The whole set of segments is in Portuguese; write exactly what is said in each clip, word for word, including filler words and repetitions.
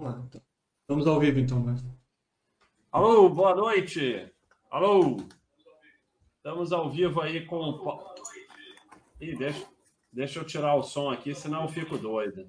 Vamos lá, então. Vamos ao vivo, então, mas... Alô, boa noite. Alô, estamos ao vivo aí com o... Pa- Ih, deixa, deixa eu tirar o som aqui, senão eu fico doido.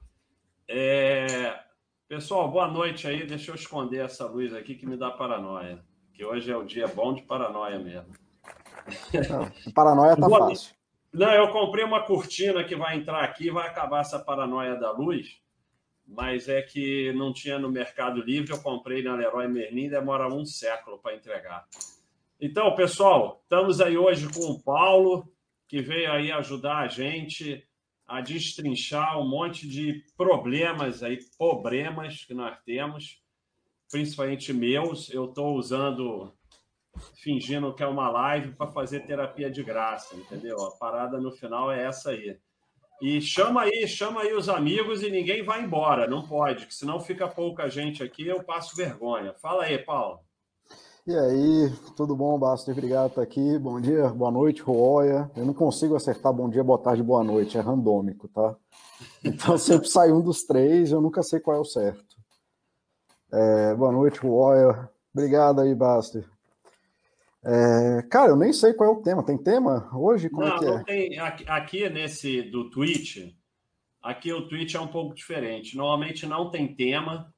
É... Pessoal, boa noite aí. Deixa eu esconder essa luz aqui que me dá paranoia. Que hoje é o dia bom de paranoia mesmo. Ah, paranoia tá Boa... fácil. Não, eu comprei uma cortina que vai entrar aqui e vai acabar essa paranoia da luz, mas é que não tinha no Mercado Livre, eu comprei na Leroy Merlin, demora um século para entregar. Então, pessoal, estamos aí hoje com o Paulo, que veio aí ajudar a gente a destrinchar um monte de problemas aí, problemas que nós temos, principalmente meus. Eu estou usando, fingindo que é uma live para fazer terapia de graça, entendeu? A parada no final é essa aí. E chama aí, chama aí os amigos e ninguém vai embora, não pode, que senão fica pouca gente aqui, eu passo vergonha. Fala aí, Paulo. E aí, tudo bom, Basti? Obrigado por estar aqui. Bom dia, boa noite, Roya. Eu não consigo acertar bom dia, boa tarde, boa noite, é randômico, tá? Então sempre sai um dos três, eu nunca sei qual é o certo. É, boa noite, Roya. Obrigado aí, Basti. É, cara, eu nem sei qual é o tema. Tem tema hoje? Como é Não, que não é? tem. Aqui, aqui nesse do Twitch, aqui o Twitch é um pouco diferente. Normalmente não tem tema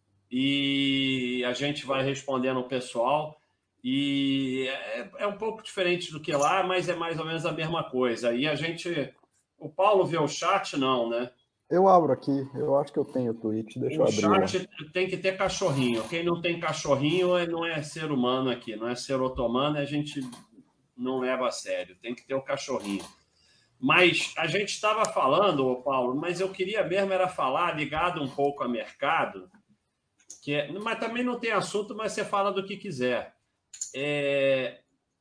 e a gente vai respondendo o pessoal. E é, é um pouco diferente do que lá, mas é mais ou menos a mesma coisa. E a gente. O Paulo vê o chat, não, né? Eu abro aqui, eu acho que eu tenho o tweet, deixa O eu abrir lá. chat tem que ter cachorrinho. Quem não tem cachorrinho é- não é ser humano aqui, não é ser otomano, a gente não leva a sério. Tem que ter o cachorrinho. Mas a gente estava falando, Paulo, mas eu queria mesmo era falar, ligado um pouco a mercado, que é, mas também não tem assunto, mas você fala do que quiser. É,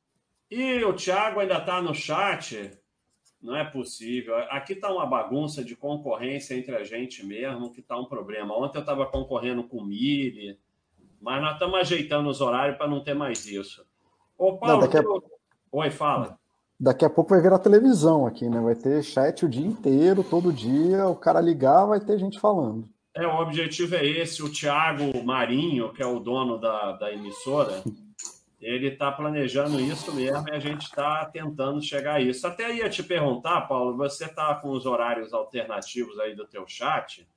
e o Thiago ainda está no chat, não é possível. Aqui está uma bagunça de concorrência entre a gente mesmo, que está um problema. Ontem eu estava concorrendo com o Miri, mas nós estamos ajeitando os horários para não ter mais isso. Ô, Não, Paulo, daqui a, teu... Oi, fala. Daqui a pouco vai virar televisão aqui, né? Vai ter chat o dia inteiro, todo dia. O cara ligar, vai ter gente falando. É, o objetivo é esse. O Thiago Marinho, que é o dono da, da emissora, ele está planejando isso mesmo e a gente está tentando chegar a isso. Até ia te perguntar, Paulo, você está com os horários alternativos aí do teu chat?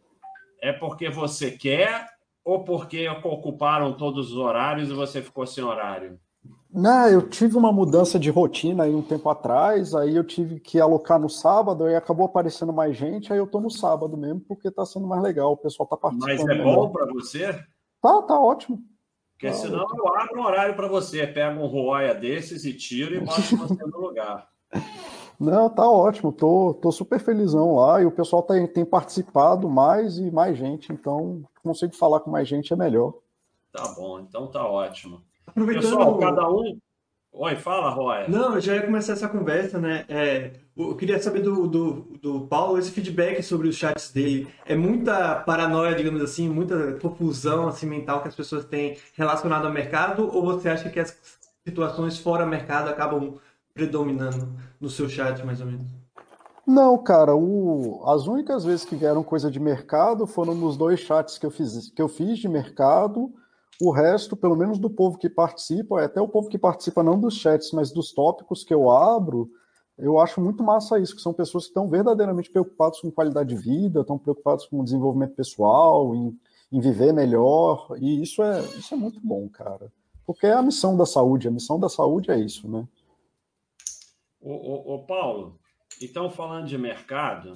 É porque você quer ou porque ocuparam todos os horários e você ficou sem horário? Não, eu tive uma mudança de rotina aí um tempo atrás, aí eu tive que alocar no sábado, aí acabou aparecendo mais gente, aí eu tô no sábado mesmo, porque tá sendo mais legal, o pessoal tá Mas participando é melhor. bom para você? Tá, tá ótimo. Tá, Porque eu senão tô- eu abro um horário para você, pego um Roya desses e tiro e boto você no lugar. Não, tá ótimo, tô, tô super felizão lá, e o pessoal tá, tem participado mais e mais gente, então consigo falar com mais gente é melhor. Tá bom, então tá ótimo. Pessoal, Aproveitando, cada um. Oi, fala, Roya. não, eu já ia começar essa conversa, né? É, eu queria saber do, do, do Paulo esse feedback sobre os chats dele. É muita paranoia, digamos assim, muita confusão assim, mental que as pessoas têm relacionado ao mercado, ou você acha que as situações fora mercado acabam predominando no seu chat, mais ou menos? Não, cara, o- as únicas vezes que vieram coisa de mercado foram nos dois chats que eu fiz, que eu fiz de mercado. O resto, pelo menos do povo que participa, é até o povo que participa não dos chats, mas dos tópicos que eu abro, eu acho muito massa isso, que são pessoas que estão verdadeiramente preocupadas com qualidade de vida, estão preocupadas com o desenvolvimento pessoal, em, em viver melhor, e isso é, isso é muito bom, cara. Porque é a missão da saúde, a missão da saúde é isso, né? Ô, ô, ô, Paulo, então falando de mercado,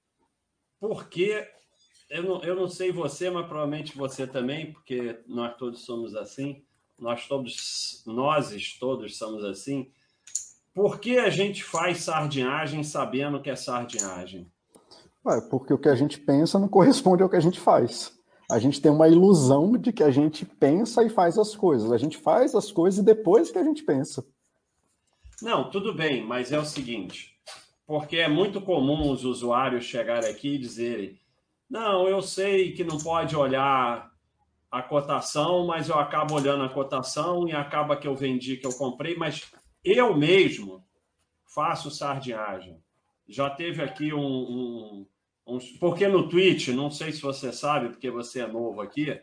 por que. Eu não, eu não sei você, mas provavelmente você também, porque nós todos somos assim, nós todos, nós todos somos assim. Por que a gente faz sardinhagem sabendo que é sardinhagem? Ué, porque o que a gente pensa não corresponde ao que a gente faz. A gente tem uma ilusão de que a gente pensa e faz as coisas. A gente faz as coisas depois que a gente pensa. Não, tudo bem, mas é o seguinte, porque é muito comum os usuários chegarem aqui e dizerem: não, eu sei que não pode olhar a cotação, mas eu acabo olhando a cotação e acaba que eu vendi, que eu comprei, mas eu mesmo faço sardinhagem. Já teve aqui um, um, uns, porque no Twitch, não sei se você sabe, porque você é novo aqui,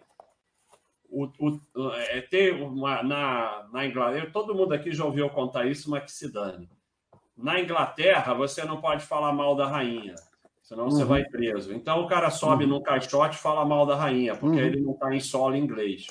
o, o, é, tem uma, na, na Inglaterra, todo mundo aqui já ouviu contar isso, mas que se dane. Na Inglaterra, você não pode falar mal da rainha, senão você Uhum. vai preso. Então o cara sobe Uhum. num caixote e fala mal da rainha, porque Uhum. ele não está em solo inglês.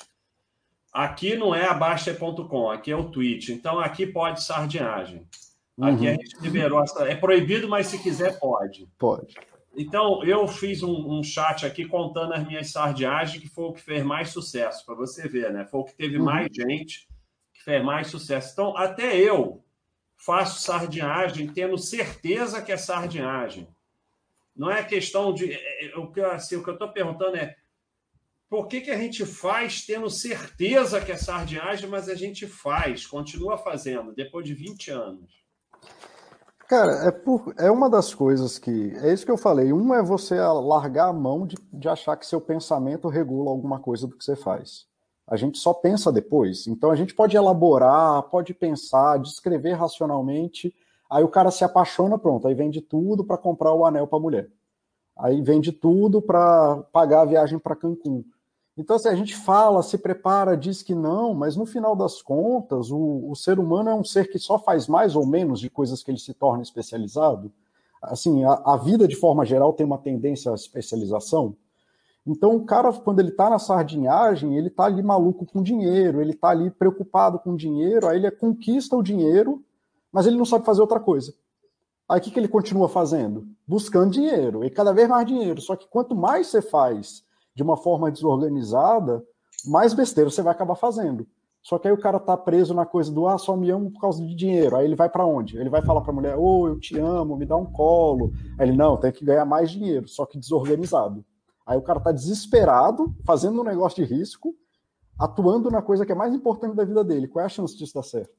Aqui não é a Baixa ponto com, aqui é o Twitch. Então aqui pode sardinhagem. Aqui a Uhum. gente liberou. É proibido, mas se quiser, pode. Pode. Então, eu fiz um, um chat aqui contando as minhas sardinhagens, que foi o que fez mais sucesso, para você ver, né? Foi o que teve Uhum. mais gente que fez mais sucesso. Então, até eu faço sardinhagem tendo certeza que é sardinhagem. Não é questão de. É, é, o que, assim, o que eu estou perguntando é por que, que a gente faz tendo certeza que é sardinhagem, mas a gente faz, continua fazendo, depois de vinte anos? Cara, é, por, é uma das coisas que. É isso que eu falei. Um é você largar a mão de, de achar que seu pensamento regula alguma coisa do que você faz. A gente só pensa depois. Então a gente pode elaborar, pode pensar, descrever racionalmente. Aí o cara se apaixona, pronto. Aí vende tudo para comprar o anel para a mulher. Aí vende tudo para pagar a viagem para Cancún. Então, assim, a gente fala, se prepara, diz que não, mas no final das contas, o, o ser humano é um ser que só faz mais ou menos de coisas que ele se torna especializado. Assim, a, a vida, de forma geral, tem uma tendência à especialização. Então, o cara, quando ele está na sardinhagem, ele está ali maluco com dinheiro, ele está ali preocupado com dinheiro, aí ele conquista o dinheiro, mas ele não sabe fazer outra coisa. Aí o que, que ele continua fazendo? Buscando dinheiro, e cada vez mais dinheiro. Só que quanto mais você faz de uma forma desorganizada, mais besteira você vai acabar fazendo. Só que aí o cara tá preso na coisa do, ah, só me amo por causa de dinheiro. Aí ele vai para onde? Ele vai falar pra mulher, ô, oh, eu te amo, me dá um colo. Aí ele, não, tem que ganhar mais dinheiro, só que desorganizado. Aí o cara tá desesperado, fazendo um negócio de risco, atuando na coisa que é mais importante da vida dele. Qual é a chance disso dar certo?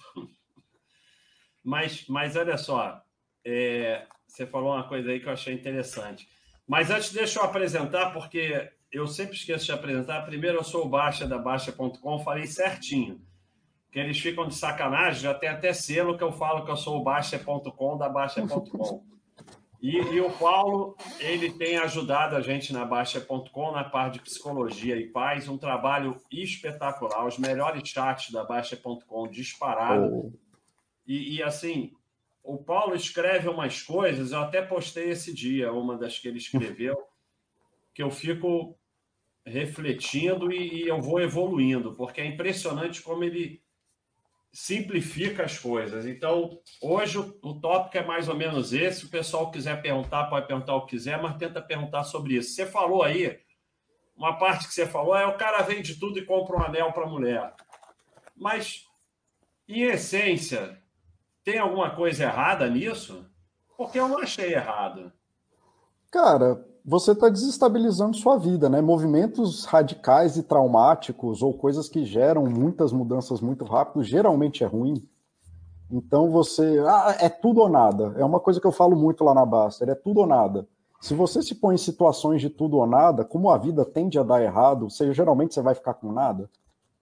Mas, mas olha só, é, você falou uma coisa aí que eu achei interessante. Mas antes, deixa eu apresentar, porque eu sempre esqueço de apresentar. Primeiro, eu sou o Baixa da Baixa ponto com, falei certinho. Que eles ficam de sacanagem, já tem até selo que eu falo que eu sou o Baixa ponto com da Baixa ponto com. E, e o Paulo, ele tem ajudado a gente na Baixa ponto com na parte de psicologia e paz, um trabalho espetacular, os melhores chats da Baixa ponto com disparado. Oh. E, e assim, o Paulo escreve umas coisas, eu até postei esse dia, uma das que ele escreveu, que eu fico refletindo e, e eu vou evoluindo, porque é impressionante como ele simplifica as coisas. Então, hoje o, o tópico é mais ou menos esse. Se o pessoal quiser perguntar, pode perguntar o que quiser, mas tenta perguntar sobre isso. Você falou aí, uma parte que você falou é o cara vende tudo e compra um anel para a mulher. Mas, em essência, tem alguma coisa errada nisso? Porque eu não achei errado. Cara, você está desestabilizando sua vida, né? Movimentos radicais e traumáticos ou coisas que geram muitas mudanças muito rápido, geralmente é ruim. Então você, ah, é tudo ou nada. É uma coisa que eu falo muito lá na Baster, é tudo ou nada. Se você se põe em situações de tudo ou nada, como a vida tende a dar errado, você, geralmente você vai ficar com nada.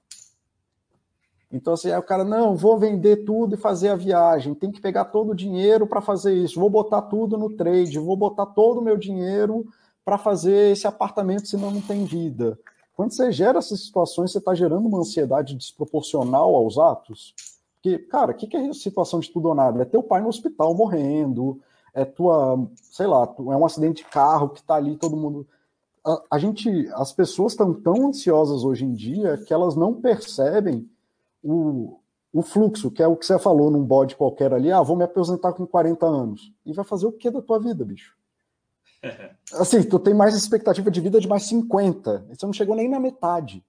Então, assim, aí o cara, não, vou vender tudo e fazer a viagem, tem que pegar todo o dinheiro para fazer isso, vou botar tudo no trade, vou botar todo o meu dinheiro para fazer esse apartamento, senão não tem vida. Quando você gera essas situações, você está gerando uma ansiedade desproporcional aos atos. Porque, cara, o que, que é situação de tudo ou nada? É teu pai no hospital morrendo, é tua, sei lá, é um acidente de carro que está ali, todo mundo... A, a gente, as pessoas estão tão ansiosas hoje em dia que elas não percebem O, o fluxo, que é o que você falou num bode qualquer ali, ah, vou me aposentar com quarenta anos. E vai fazer o que da tua vida, bicho? Assim, tu tem mais expectativa de vida de mais cinquenta. Você não chegou nem na metade.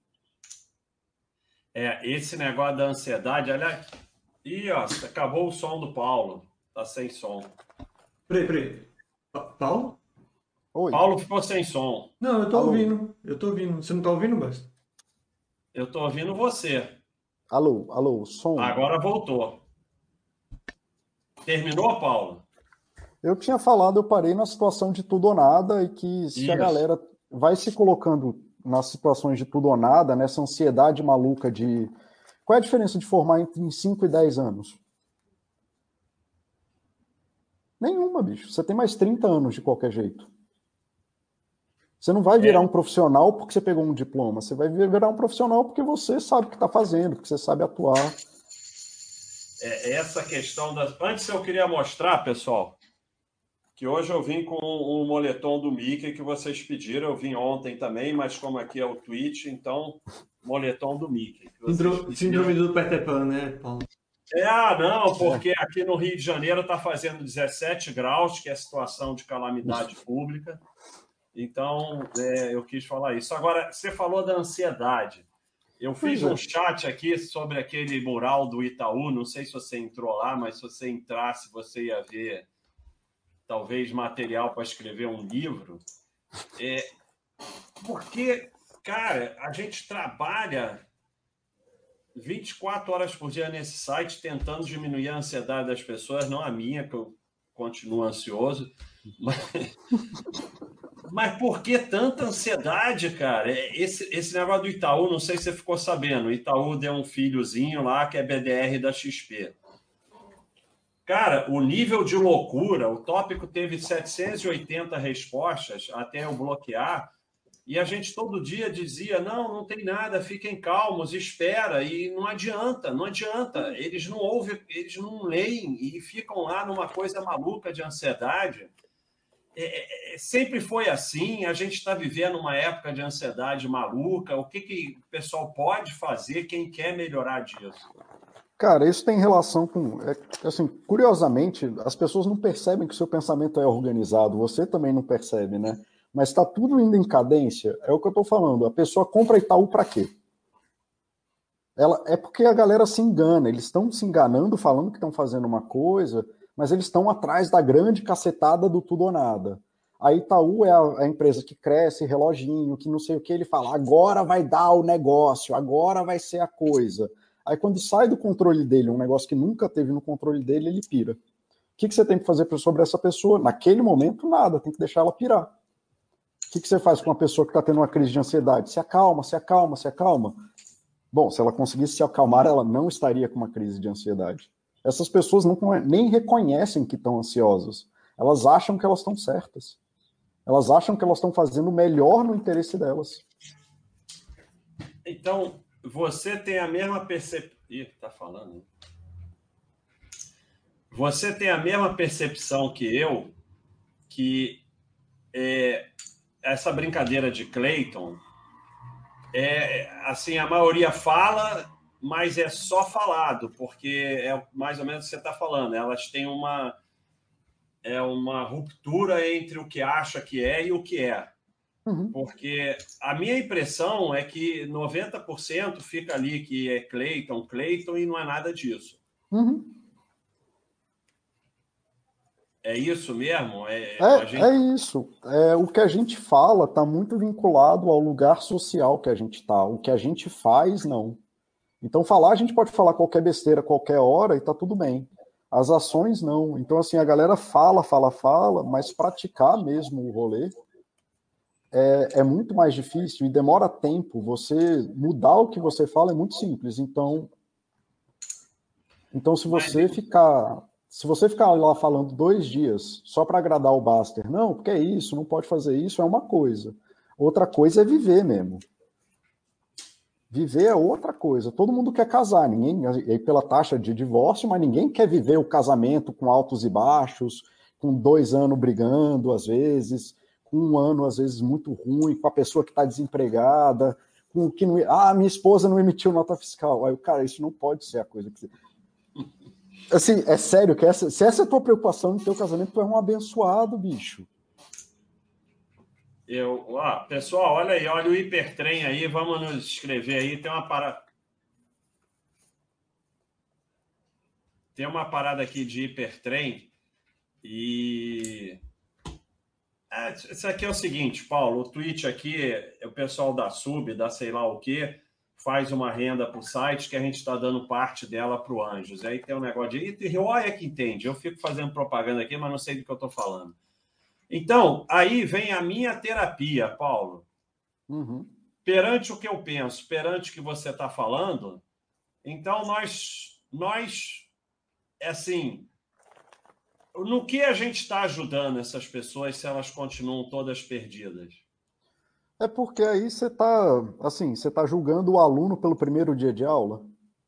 É, esse negócio da ansiedade, aliás... Ih, ó, acabou o som do Paulo. Tá sem som. Peraí, peraí. Paulo? Oi. Paulo ficou sem som. Não, eu tô Alô? ouvindo. Eu tô ouvindo. Você não tá ouvindo, Bas? Eu tô ouvindo você. Alô, alô, som. Agora voltou. Terminou, Paulo? Eu tinha falado, eu parei na situação de tudo ou nada e que se Isso. a galera vai se colocando nas situações de tudo ou nada, nessa ansiedade maluca de... Qual é a diferença de formar entre cinco e dez anos? Nenhuma, bicho. Você tem mais trinta anos de qualquer jeito. Você não vai virar É. um profissional porque você pegou um diploma, você vai virar um profissional porque você sabe o que está fazendo, porque você sabe atuar. É essa questão das... Antes eu queria mostrar, pessoal, que hoje eu vim com o moletom do Mickey que vocês pediram. Eu vim ontem também, mas como aqui é o Twitch, então, moletom do Mickey. Que vocês Síndrome, síndrome pediram. do Peter Pan, né, Paulo? É, ah, não, É. porque aqui no Rio de Janeiro está fazendo dezessete graus, que é a situação de calamidade pública. Então, é, eu quis falar isso. Agora, você falou da ansiedade. Eu fiz Pois é. um chat aqui sobre aquele mural do Itaú. Não sei se você entrou lá, mas se você entrasse, você ia ver talvez material para escrever um livro. É, porque, cara, a gente trabalha vinte e quatro horas por dia nesse site tentando diminuir a ansiedade das pessoas, não a minha, que eu continuo ansioso. Mas, mas por que tanta ansiedade, cara? Esse, esse negócio do Itaú, não sei se você ficou sabendo. O Itaú deu um filhozinho lá que é B D R da X P. Cara, o nível de loucura, o tópico teve setecentas e oitenta respostas até eu bloquear, e a gente todo dia dizia, não, não tem nada, fiquem calmos, espera, e não adianta, não adianta. Eles não ouvem, eles não leem e ficam lá numa coisa maluca de ansiedade. É, é, sempre foi assim, a gente está vivendo uma época de ansiedade maluca. O que, que o pessoal pode fazer, quem quer melhorar disso? Cara, isso tem relação com. É, assim, curiosamente, as pessoas não percebem que o seu pensamento é organizado, você também não percebe, né? Mas está tudo indo em cadência. É o que eu estou falando. A pessoa compra Itaú para quê? Ela, é porque a galera se engana. Eles estão se enganando, falando que estão fazendo uma coisa, mas eles estão atrás da grande cacetada do tudo ou nada. A Itaú é a, a empresa que cresce, reloginho, que não sei o que. Ele fala, agora vai dar o negócio, agora vai ser a coisa. Aí quando sai do controle dele, um negócio que nunca teve no controle dele, ele pira. O que, que você tem que fazer sobre essa pessoa? Naquele momento, nada, tem que deixar ela pirar. O que, que você faz com uma pessoa que está tendo uma crise de ansiedade? Se acalma, se acalma, se acalma. Bom, se ela conseguisse se acalmar, ela não estaria com uma crise de ansiedade. Essas pessoas não, nem reconhecem que estão ansiosas. Elas acham que elas estão certas. Elas acham que elas estão fazendo o melhor no interesse delas. Então, você tem a mesma percepção. Ih, tá falando. Hein? Você tem a mesma percepção que eu, que é, essa brincadeira de Clayton, é, assim, a maioria fala, mas é só falado, porque é mais ou menos o que você está falando. Elas têm uma, é uma ruptura entre o que acha que é e o que é. Uhum. Porque a minha impressão é que noventa por cento fica ali que é Clayton, Clayton, e não é nada disso. Uhum. É isso mesmo? É, É, a gente... é isso. É, o que a gente fala está muito vinculado ao lugar social que a gente está. O que a gente faz, não. Então, falar, a gente pode falar qualquer besteira, qualquer hora, e tá tudo bem. As ações, não. Então, assim, a galera fala, fala, fala, mas praticar mesmo o rolê é, é muito mais difícil e demora tempo. Você mudar o que você fala é muito simples. Então, então se você Mas... ficar... Se você ficar lá falando dois dias só para agradar o Baster, não, porque é isso, não pode fazer isso, é uma coisa. Outra coisa é viver mesmo. Viver é outra coisa. Todo mundo quer casar, ninguém, aí pela taxa de divórcio, mas ninguém quer viver o casamento com altos e baixos, com dois anos brigando, às vezes, com um ano, às vezes, muito ruim, com a pessoa que está desempregada, com que não. Ah, minha esposa não emitiu nota fiscal. Aí, cara, isso não pode ser a coisa que você. Assim, é sério, que essa, se essa é a tua preocupação no teu casamento, tu é um abençoado, bicho. Eu, ó, pessoal, olha aí, olha o hipertrem aí, vamos nos inscrever aí, tem uma parada. Tem uma parada aqui de hipertrem e. É, isso aqui é o seguinte, Paulo, o Twitch aqui, o pessoal da Sub, da sei lá o quê, faz uma renda para o site que a gente está dando parte dela para o Anjos. Aí tem um negócio de. E olha que entende, eu fico fazendo propaganda aqui, mas não sei do que eu estou falando. Então, aí vem a minha terapia, Paulo. Uhum. Perante o que eu penso, perante o que você está falando, então nós, nós, assim, no que a gente está ajudando essas pessoas se elas continuam todas perdidas? É porque aí você está, assim, você está julgando o aluno pelo primeiro dia de aula.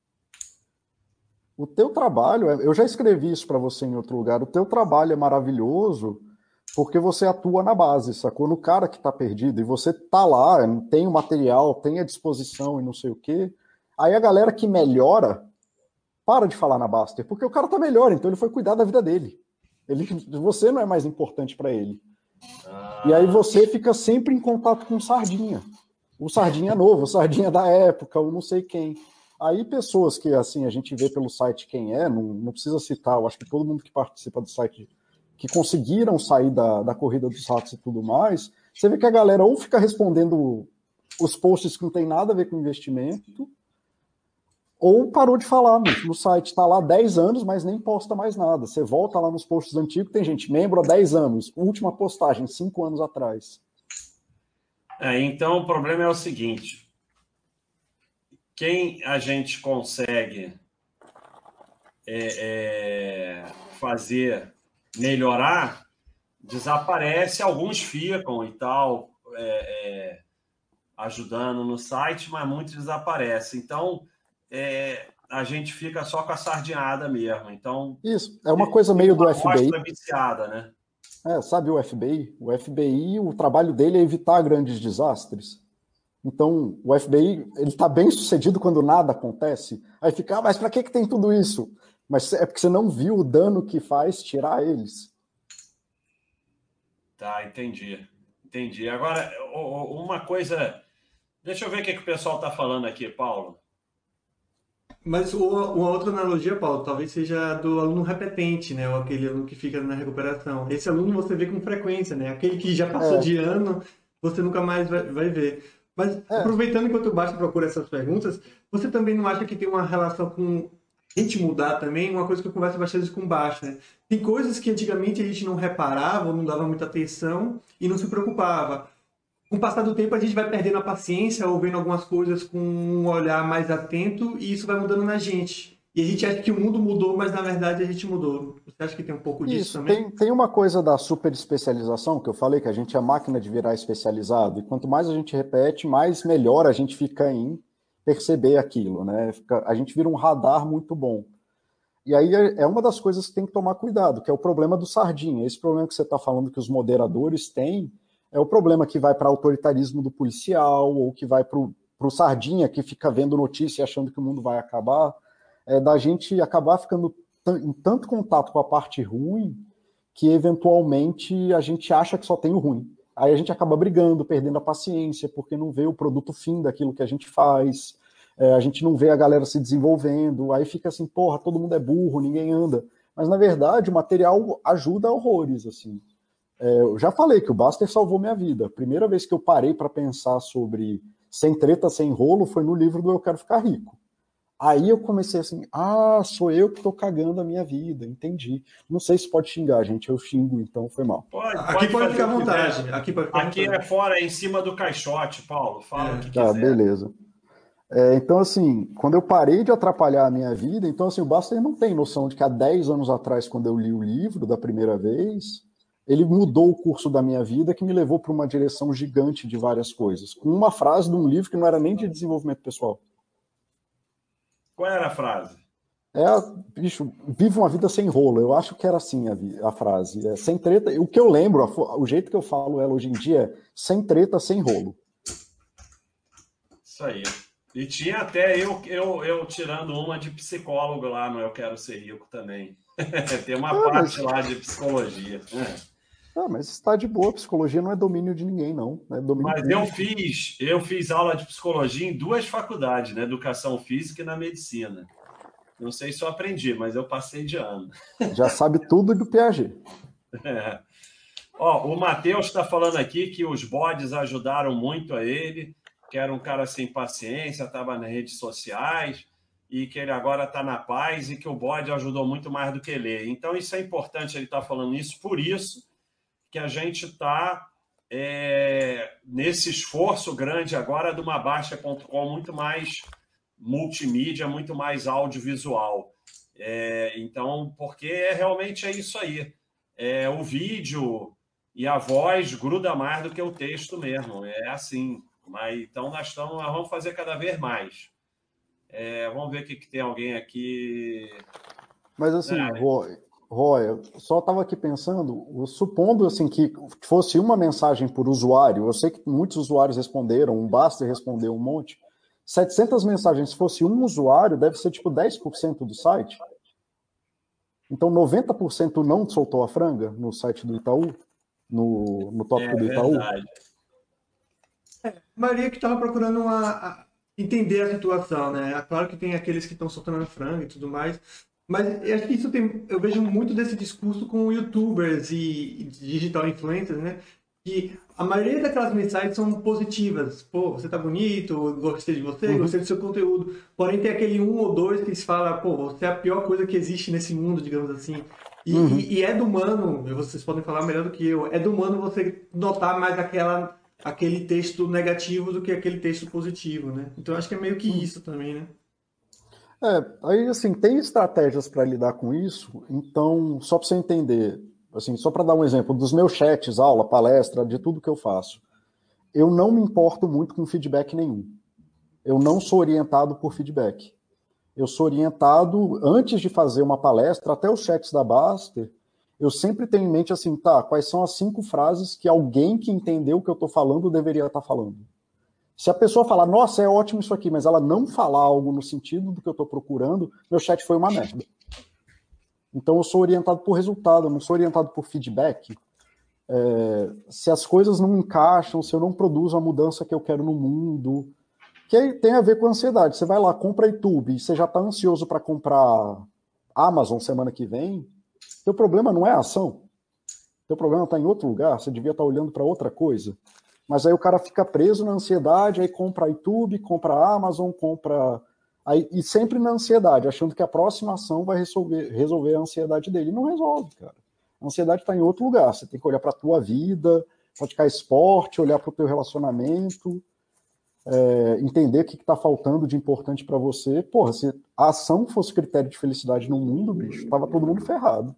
O teu trabalho, é- eu já escrevi isso para você em outro lugar, o teu trabalho é maravilhoso porque você atua na base, sacou? No cara que está perdido, e você tá lá, tem o material, tem a disposição e não sei o quê. Aí a galera que melhora, para de falar na Baster, porque o cara tá melhor, então ele foi cuidar da vida dele. Ele, você não é mais importante para ele. E aí Ah, você fica sempre em contato com o Sardinha. O Sardinha novo, o Sardinha da época, o não sei quem. Aí pessoas que assim a gente vê pelo site quem é, não, não precisa citar, eu acho que todo mundo que participa do site, que conseguiram sair da, da corrida dos ratos e tudo mais, você vê que a galera ou fica respondendo os posts que não tem nada a ver com investimento, ou parou de falar no, no site. Está lá dez anos, mas nem posta mais nada. Você volta lá nos posts antigos, tem gente, membro há dez anos, última postagem, cinco anos atrás. é, então o problema é o seguinte: quem a gente consegue é, é, fazer melhorar, desaparece, alguns ficam e tal, é, é, ajudando no site, mas muitos desaparecem. Então, é, a gente fica só com a sardinhada mesmo. Então, Isso, é uma coisa tem meio do uma F B I. amostra viciada, né? É, sabe o F B I? O F B I, o trabalho dele é evitar grandes desastres. Então, o F B I, ele está bem sucedido quando nada acontece. Aí fica, ah, mas para que, que tem tudo isso? Mas é porque você não viu o dano que faz tirar eles. Tá, entendi. Entendi. Agora, uma coisa. Deixa eu ver o que, que o pessoal está falando aqui, Paulo. Mas o- uma outra analogia, Paulo, talvez seja do aluno repetente, né? Ou aquele aluno que fica na recuperação. Esse aluno você vê com frequência, né? Aquele que já passou É, de ano, você nunca mais vai, vai ver. Mas é, aproveitando enquanto o Basta procura essas perguntas, você também não acha que tem uma relação com a gente mudar também? Uma coisa que eu converso bastante com o Basta, né? Tem coisas que antigamente a gente não reparava, ou não dava muita atenção e não se preocupava. Com o passar do tempo, a gente vai perdendo a paciência ou vendo algumas coisas com um olhar mais atento e isso vai mudando na gente. E a gente acha que o mundo mudou, mas na verdade a gente mudou. Você acha que tem um pouco disso isso. também? Tem, tem uma coisa da super especialização, que eu falei que a gente é máquina de virar especializado, e quanto mais a gente repete, mais melhor a gente fica em perceber aquilo, né? Fica- a gente vira um radar muito bom. E aí é é uma das coisas que tem que tomar cuidado, que é o problema do sardinha. Esse problema que você está falando que os moderadores têm é o problema que vai para autoritarismo do policial ou que vai para o sardinha que fica vendo notícia e achando que o mundo vai acabar, é da gente acabar ficando em tanto contato com a parte ruim que eventualmente a gente acha que só tem o ruim. Aí a gente acaba brigando, perdendo a paciência, porque não vê o produto fim daquilo que a gente faz, é, a gente não vê a galera se desenvolvendo, aí fica assim, porra, todo mundo é burro, ninguém anda. Mas na verdade o material ajuda horrores, assim. É, eu já falei que o Baster salvou minha vida. A primeira vez que eu parei para pensar sobre sem treta, sem rolo, foi no livro do Eu Quero Ficar Rico. Aí eu comecei assim, ah, sou eu que tô cagando a minha vida, entendi. Não sei se pode xingar, gente, eu xingo, então foi mal. Pode, Aqui pode pode fazer ficar à o que quiser. vontade. Aqui pode ficar à Aqui é vontade. fora, é em cima do caixote, Paulo. Fala o que É. Ah, quiser. beleza. É, então, assim, quando eu parei de atrapalhar a minha vida, então, assim, o Baster não tem noção de que há dez anos atrás, quando eu li o livro da primeira vez, ele mudou o curso da minha vida, que me levou para uma direção gigante de várias coisas. Com uma frase de um livro que não era nem de desenvolvimento pessoal. Qual era a frase? É, bicho, vive uma vida sem rolo. Eu acho que era assim a, vi- a frase. É, sem treta. O que eu lembro, a fo- o jeito que eu falo ela hoje em dia é sem treta, sem rolo. Isso aí. E tinha até eu, eu, eu tirando uma de psicólogo lá no Eu Quero Ser Rico também. Tem uma Ah, parte mas, lá de psicologia. ah, mas está de boa. Psicologia não é domínio de ninguém, não. É domínio Mas eu público. fiz, eu fiz aula de psicologia em duas faculdades, né? Educação física e na medicina. Não sei se eu aprendi, mas eu passei de ano. Já sabe tudo do Piaget. É. Ó, o Matheus está falando aqui que os bodes ajudaram muito a ele, que era um cara sem paciência, estava nas redes sociais, e que ele agora está na paz e que o bode ajudou muito mais do que ele. Então, isso é importante ele estar falando isso, por isso que a gente está é, nesse esforço grande agora do Mabaixa ponto com, muito mais multimídia, muito mais audiovisual. É, então, porque é, realmente é isso aí. É, o vídeo e a voz gruda mais do que o texto mesmo. É assim. Mas, então, nós, estamos, nós vamos fazer cada vez mais. É, vamos ver o que, que tem alguém aqui. Mas assim, Ah, Roy, Roy, eu só estava aqui pensando, supondo assim que fosse uma mensagem por usuário, eu sei que muitos usuários responderam, um Baster respondeu um monte, setecentas mensagens, se fosse um usuário, deve ser tipo dez por cento do site. Então noventa por cento não soltou a franga no site do Itaú, no, no tópico é do Itaú. verdade. A maioria que estava procurando uma, a- entender a situação, né? É claro que tem aqueles que estão soltando frango e tudo mais, mas eu acho que isso tem, eu vejo muito desse discurso com youtubers e, e digital influencers, né? Que a maioria daquelas mensagens são positivas. Pô, você tá bonito, gostei de você, Uhum. gostei do seu conteúdo. Porém, tem aquele um ou dois que se fala, pô, você é a pior coisa que existe nesse mundo, digamos assim. E, Uhum. e, e é do humano, vocês podem falar melhor do que eu, é do humano você notar mais aquela aquele texto negativo do que aquele texto positivo, né? Então acho que é meio que Uhum. isso também, né? É, aí assim, tem estratégias para lidar com isso, então, só para você entender, assim, só para dar um exemplo, dos meus chats, aula, palestra, de tudo que eu faço, eu não me importo muito com feedback nenhum. Eu não sou orientado por feedback. Eu sou orientado, antes de fazer uma palestra, até os chats da Baster, eu sempre tenho em mente assim, tá, quais são as cinco frases que alguém que entendeu o que eu estou falando deveria estar falando. Se a pessoa falar, nossa, é ótimo isso aqui, mas ela não falar algo no sentido do que eu estou procurando, meu chat foi uma merda. Então eu sou orientado por resultado, eu não sou orientado por feedback. É, se as coisas não encaixam, se eu não produzo a mudança que eu quero no mundo, que tem a ver com ansiedade. Você vai lá, compra YouTube, e você já está ansioso para comprar Amazon semana que vem, seu problema não é a ação. Seu problema está em outro lugar, você devia estar olhando para outra coisa. Mas aí o cara fica preso na ansiedade, aí compra YouTube, compra Amazon, compra... Aí, e sempre na ansiedade, achando que a próxima ação vai resolver, resolver a ansiedade dele. Não resolve, cara. A ansiedade está em outro lugar. Você tem que olhar para a tua vida, praticar esporte, olhar para o teu relacionamento, é, entender o que está faltando de importante para você. Porra, se a ação fosse critério de felicidade no mundo, bicho, tava todo mundo ferrado.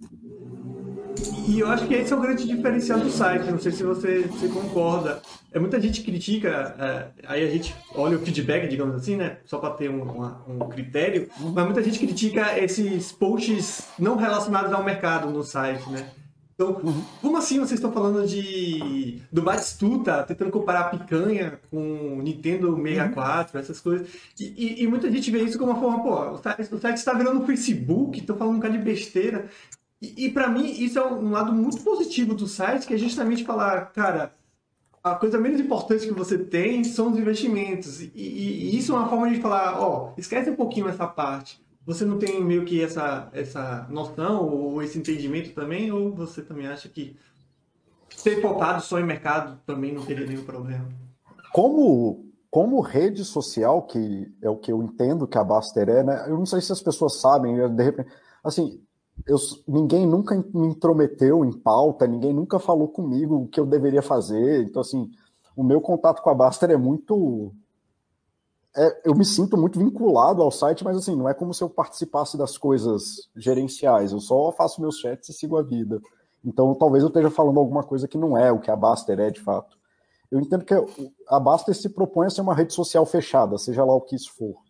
E eu acho que esse é o grande diferencial do site. Não sei se você, você concorda. É, muita gente critica, é, aí a gente olha o feedback, digamos assim, né? Só para ter um, uma- um critério. Mas muita gente critica esses posts não relacionados ao mercado no site, né? Então, Uhum. como assim vocês estão falando de do Batistuta, tentando comparar a picanha com o Nintendo sessenta e quatro, essas coisas. E, e- e muita gente vê isso como uma forma, pô, o site, o site está virando Facebook, estão falando um bocado de besteira. E, e para mim, isso é um lado muito positivo do site, que é justamente falar, cara, a coisa menos importante que você tem são os investimentos. E, e- e isso é uma forma de falar, ó, esquece um pouquinho essa parte. Você não tem meio que essa, essa noção ou esse entendimento também? Ou você também acha que ter focado só em mercado também não teria nenhum problema? Como, como rede social, que é o que eu entendo que a Baster é, né? Eu não sei se as pessoas sabem, de repente, assim, eu, ninguém nunca me intrometeu em pauta, ninguém nunca falou comigo o que eu deveria fazer. Então, assim, o meu contato com a Baster é muito. É, eu me sinto muito vinculado ao site, mas assim, não é como se eu participasse das coisas gerenciais. Eu só faço meus chats e sigo a vida. Então, talvez eu esteja falando alguma coisa que não é o que a Baster é de fato. Eu entendo que a Baster se propõe a ser uma rede social fechada, seja lá o que isso for.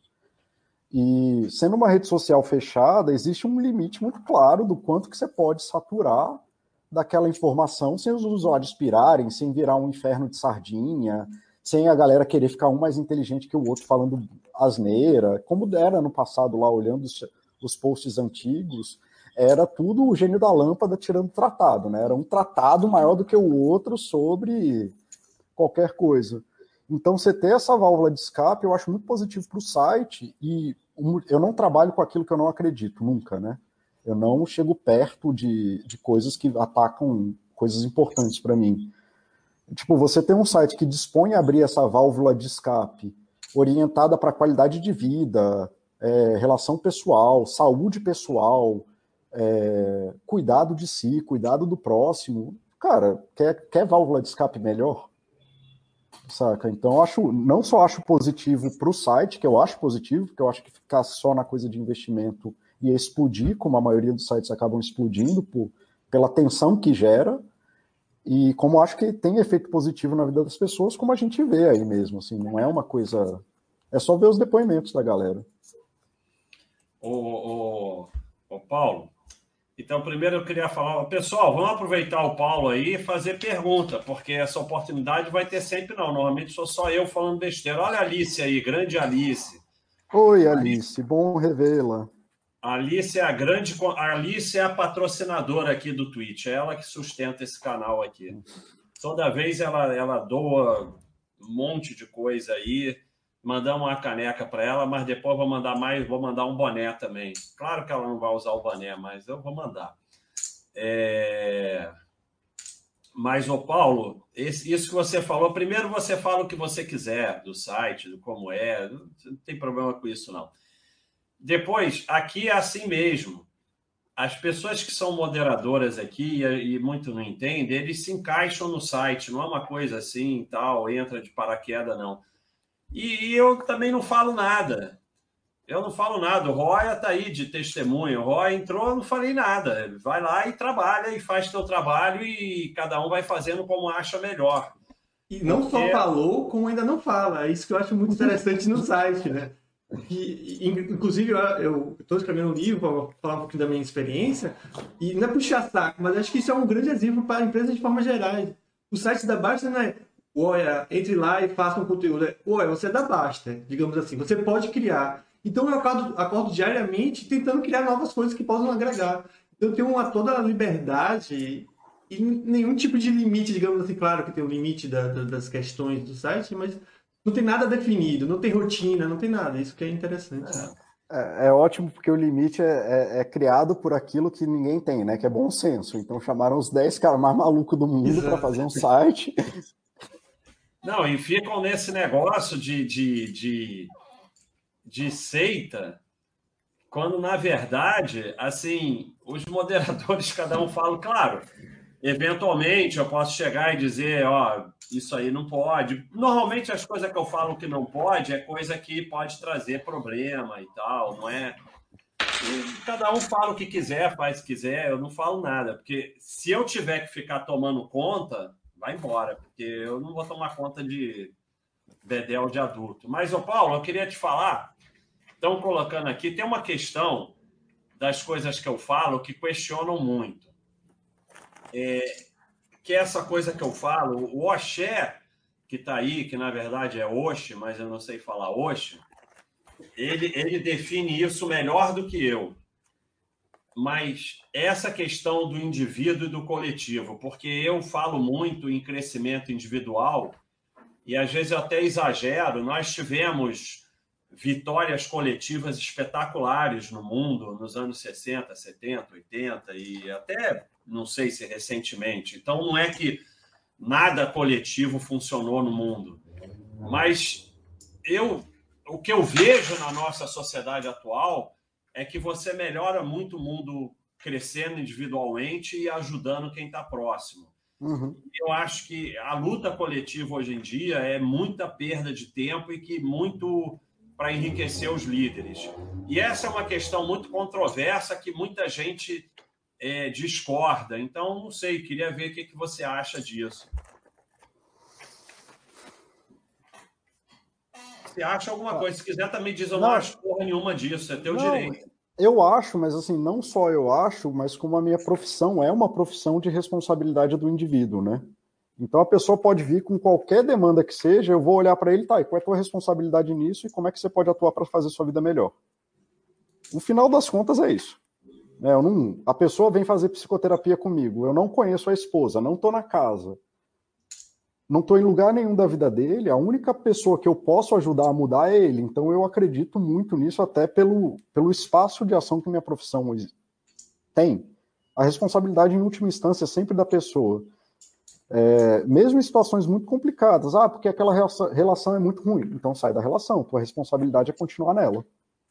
E sendo uma rede social fechada, existe um limite muito claro do quanto que você pode saturar daquela informação sem os usuários pirarem, sem virar um inferno de sardinha, sem a galera querer ficar um mais inteligente que o outro falando asneira, como era no passado lá, olhando os, os posts antigos, era tudo o gênio da lâmpada tirando tratado, né? Era um tratado maior do que o outro sobre qualquer coisa. Então, você ter essa válvula de escape, eu acho muito positivo para o site, e eu não trabalho com aquilo que eu não acredito, nunca, né? Eu não chego perto de, de coisas que atacam coisas importantes para mim. Tipo, você tem um site que dispõe a abrir essa válvula de escape orientada para qualidade de vida, é, relação pessoal, saúde pessoal, é, cuidado de si, cuidado do próximo. Cara, quer, quer válvula de escape melhor? Saca? Então, eu acho, não só acho positivo para o site, que eu acho positivo, porque eu acho que ficar só na coisa de investimento ia explodir, como a maioria dos sites acabam explodindo por, pela tensão que gera, E como acho que tem efeito positivo na vida das pessoas, como a gente vê aí mesmo, assim, não é uma coisa... É só ver os depoimentos da galera. Ô, ô, ô Paulo, então primeiro eu queria falar, pessoal, vamos aproveitar o Paulo aí e fazer pergunta, porque essa oportunidade vai ter sempre não, normalmente sou só eu falando besteira. Olha a Alice aí, grande Alice. Oi, Alice, bom revê-la. A Alice é a grande, a Alice é a patrocinadora aqui do Twitch, é ela que sustenta esse canal aqui. Toda vez ela, ela doa um monte de coisa aí, mandar uma caneca para ela, mas depois vou mandar mais, vou mandar um boné também. Claro que ela não vai usar o boné, mas eu vou mandar. É... Mas, ô Paulo, esse, isso que você falou, primeiro você fala o que você quiser do site, do como é, não tem problema com isso, não. Depois, aqui é assim mesmo. As pessoas que são moderadoras aqui e, e muito não entendem, eles se encaixam no site, não é uma coisa assim, tal, entra de paraquedas, não. E, e eu também não falo nada. Eu não falo nada. O Roya está aí de testemunho. O Roya entrou, eu não falei nada. Vai lá e trabalha e faz seu trabalho e cada um vai fazendo como acha melhor. E não Porque... só falou, como ainda não fala. É isso que eu acho muito interessante no site, né? Que, inclusive, eu estou escrevendo um livro para falar um pouquinho da minha experiência, e não é puxar saco, mas acho que isso é um grande exemplo para empresas de forma geral. O site da Basta não é, olha, entre lá e faça um conteúdo. É, olha, você é da Basta, digamos assim, você pode criar. Então, eu acordo, acordo diariamente tentando criar novas coisas que possam agregar. Então, eu tenho uma, toda a liberdade e nenhum tipo de limite, digamos assim, claro que tem o limite da, da, das questões do site, mas não tem nada definido, não tem rotina, não tem nada. Isso que é interessante. É, é ótimo porque o limite é, é, é criado por aquilo que ninguém tem, né? Que é bom senso. Então chamaram os dez caras mais malucos do mundo para fazer um site. Não, e ficam nesse negócio de, de, de, de seita, quando na verdade, assim, os moderadores, cada um fala, claro, eventualmente eu posso chegar e dizer, ó, isso aí não pode. Normalmente as coisas que eu falo que não pode é coisa que pode trazer problema e tal, não é? E cada um fala o que quiser, faz o que quiser, eu não falo nada, porque se eu tiver que ficar tomando conta, vai embora, porque eu não vou tomar conta de bedel de adulto. Mas, ô Paulo, eu queria te falar, estão colocando aqui, tem uma questão das coisas que eu falo que questionam muito. É, que é essa coisa que eu falo, o Oxé, que está aí, que na verdade é Oxe, mas eu não sei falar Oxe, ele, ele define isso melhor do que eu. Mas essa questão do indivíduo e do coletivo, porque eu falo muito em crescimento individual e às vezes eu até exagero, nós tivemos vitórias coletivas espetaculares no mundo nos anos sessenta, setenta, oitenta e até, não sei se recentemente. Então, não é que nada coletivo funcionou no mundo. Mas eu, o que eu vejo na nossa sociedade atual é que você melhora muito o mundo crescendo individualmente e ajudando quem está próximo. Uhum. Eu acho que a luta coletiva hoje em dia é muita perda de tempo e que muito para enriquecer os líderes. E essa é uma questão muito controversa que muita gente é, discorda. Então, não sei, queria ver o que, que você acha disso. Você acha alguma coisa? Se quiser também diz, eu não, não acho porra nenhuma disso, é teu não, direito. Eu acho, mas assim, não só eu acho, mas como a minha profissão é uma profissão de responsabilidade do indivíduo, né? Então a pessoa pode vir com qualquer demanda que seja, eu vou olhar para ele, tá, e qual é a tua responsabilidade nisso e como é que você pode atuar para fazer sua vida melhor? No final das contas é isso. Eu não, a pessoa vem fazer psicoterapia comigo, eu não conheço a esposa, não estou na casa, não estou em lugar nenhum da vida dele, a única pessoa que eu posso ajudar a mudar é ele. Então eu acredito muito nisso, até pelo, pelo espaço de ação que minha profissão tem. A responsabilidade, em última instância, é sempre da pessoa. É, mesmo em situações muito complicadas. Ah, porque aquela relação é muito ruim. Então sai da relação, tua responsabilidade é continuar nela.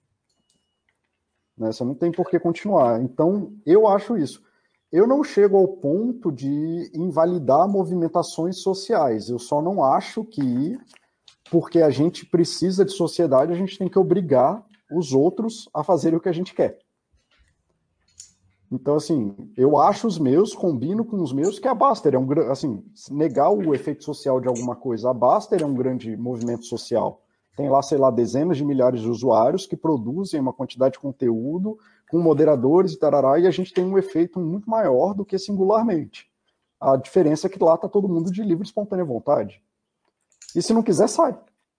Né? Você não tem por que continuar. Então, eu acho isso. Eu não chego ao ponto de invalidar movimentações sociais. Eu só não acho que, porque a gente precisa de sociedade, a gente tem que obrigar os outros a fazerem o que a gente quer. Então, assim, eu acho os meus, combino com os meus, que a Baster é um grande, assim, negar o efeito social de alguma coisa, a Baster é um grande movimento social. Tem lá, sei lá, dezenas de milhares de usuários que produzem uma quantidade de conteúdo com moderadores e tarará, e a gente tem um efeito muito maior do que singularmente. A diferença é que lá está todo mundo de livre e espontânea vontade. E se não quiser, sai.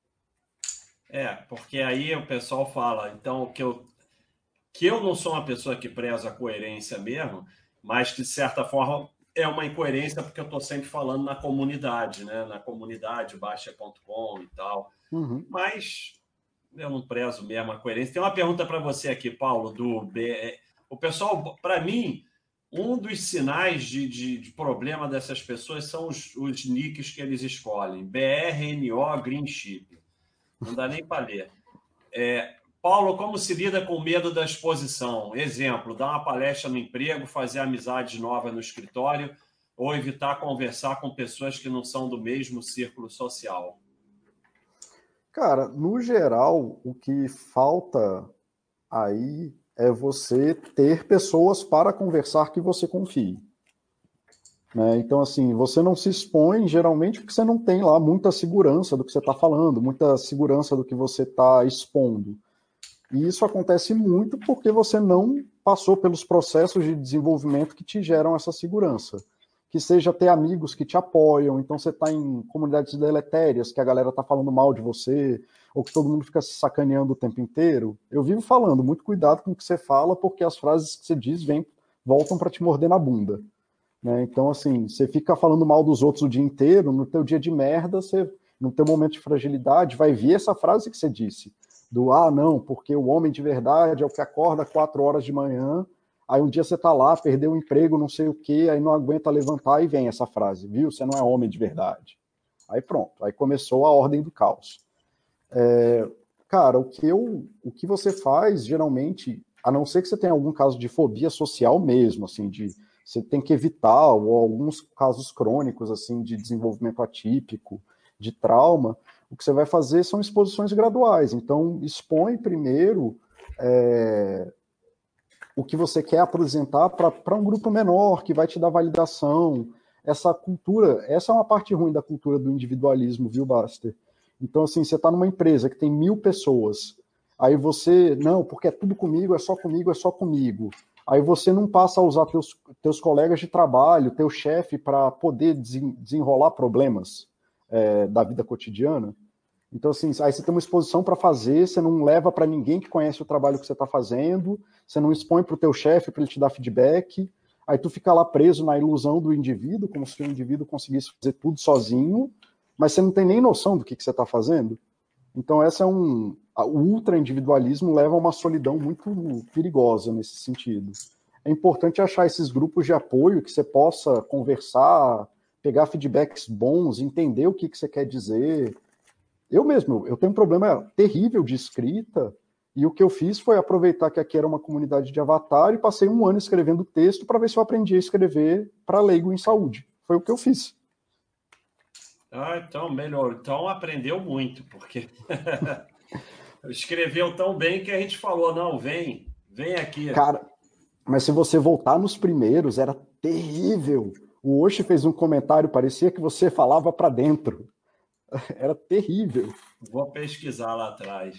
É, porque aí o pessoal fala, então, que eu, que eu não sou uma pessoa que preza a coerência mesmo, mas que, de certa forma, é uma incoerência porque eu estou sempre falando na comunidade, né? Na comunidade, baixa ponto com e tal. Uhum. Mas eu não prezo mesmo a coerência. Tem uma pergunta para você aqui, Paulo, do B. O pessoal, para mim, um dos sinais de, de, de problema dessas pessoas são os, os nicks que eles escolhem. B R N O Green Chip. Não dá nem para ler. É, Paulo, como se lida com o medo da exposição? Exemplo, dar uma palestra no emprego, fazer amizades novas no escritório ou evitar conversar com pessoas que não são do mesmo círculo social. Cara, no geral, o que falta aí é você ter pessoas para conversar que você confie. Né? Então, assim, você não se expõe geralmente porque você não tem lá muita segurança do que você está falando, muita segurança do que você está expondo. E isso acontece muito porque você não passou pelos processos de desenvolvimento que te geram essa segurança. Que seja ter amigos que te apoiam, então você está em comunidades deletérias, que a galera está falando mal de você, ou que todo mundo fica se sacaneando o tempo inteiro. Eu vivo falando, muito cuidado com o que você fala, porque as frases que você diz vêm, voltam para te morder na bunda. Né? Então, assim, você fica falando mal dos outros o dia inteiro, no teu dia de merda, você, no teu momento de fragilidade, vai vir essa frase que você disse, do, ah, não, porque o homem de verdade é o que acorda quatro horas de manhã, aí um dia você tá lá, perdeu o emprego, não sei o quê, aí não aguenta levantar e vem essa frase, viu? Você não é homem de verdade. Aí pronto, aí começou a ordem do caos. É, cara, o que, eu, o que você faz, geralmente, a não ser que você tenha algum caso de fobia social mesmo, assim, de você tem que evitar, ou alguns casos crônicos, assim, de desenvolvimento atípico, de trauma, o que você vai fazer são exposições graduais. Então, expõe primeiro é, o que você quer apresentar para um grupo menor, que vai te dar validação. Essa cultura, essa é uma parte ruim da cultura do individualismo, viu, Baster? Então, assim, você está numa empresa que tem mil pessoas, aí você, não, porque é tudo comigo, é só comigo, é só comigo. Aí você não passa a usar teus, teus colegas de trabalho, teu chefe, para poder desenrolar problemas é, da vida cotidiana. Então, assim, aí você tem uma exposição para fazer, você não leva para ninguém que conhece o trabalho que você está fazendo, você não expõe para o teu chefe para ele te dar feedback, aí tu fica lá preso na ilusão do indivíduo, como se o indivíduo conseguisse fazer tudo sozinho, mas você não tem nem noção do que, que você está fazendo. Então, essa é um... O ultra-individualismo leva a uma solidão muito perigosa nesse sentido. É importante achar esses grupos de apoio que você possa conversar, pegar feedbacks bons, entender o que, que você quer dizer. Eu mesmo, eu tenho um problema terrível de escrita, e o que eu fiz foi aproveitar que aqui era uma comunidade de avatar e passei um ano escrevendo texto para ver se eu aprendia a escrever para leigo em saúde. Foi o que eu fiz. Ah, então, melhor. Então, aprendeu muito, porque escreveu tão bem que a gente falou, não, vem, vem aqui. Cara, mas se você voltar nos primeiros, era terrível. O Oshi fez um comentário, parecia que você falava para dentro. Era terrível. Vou pesquisar lá atrás.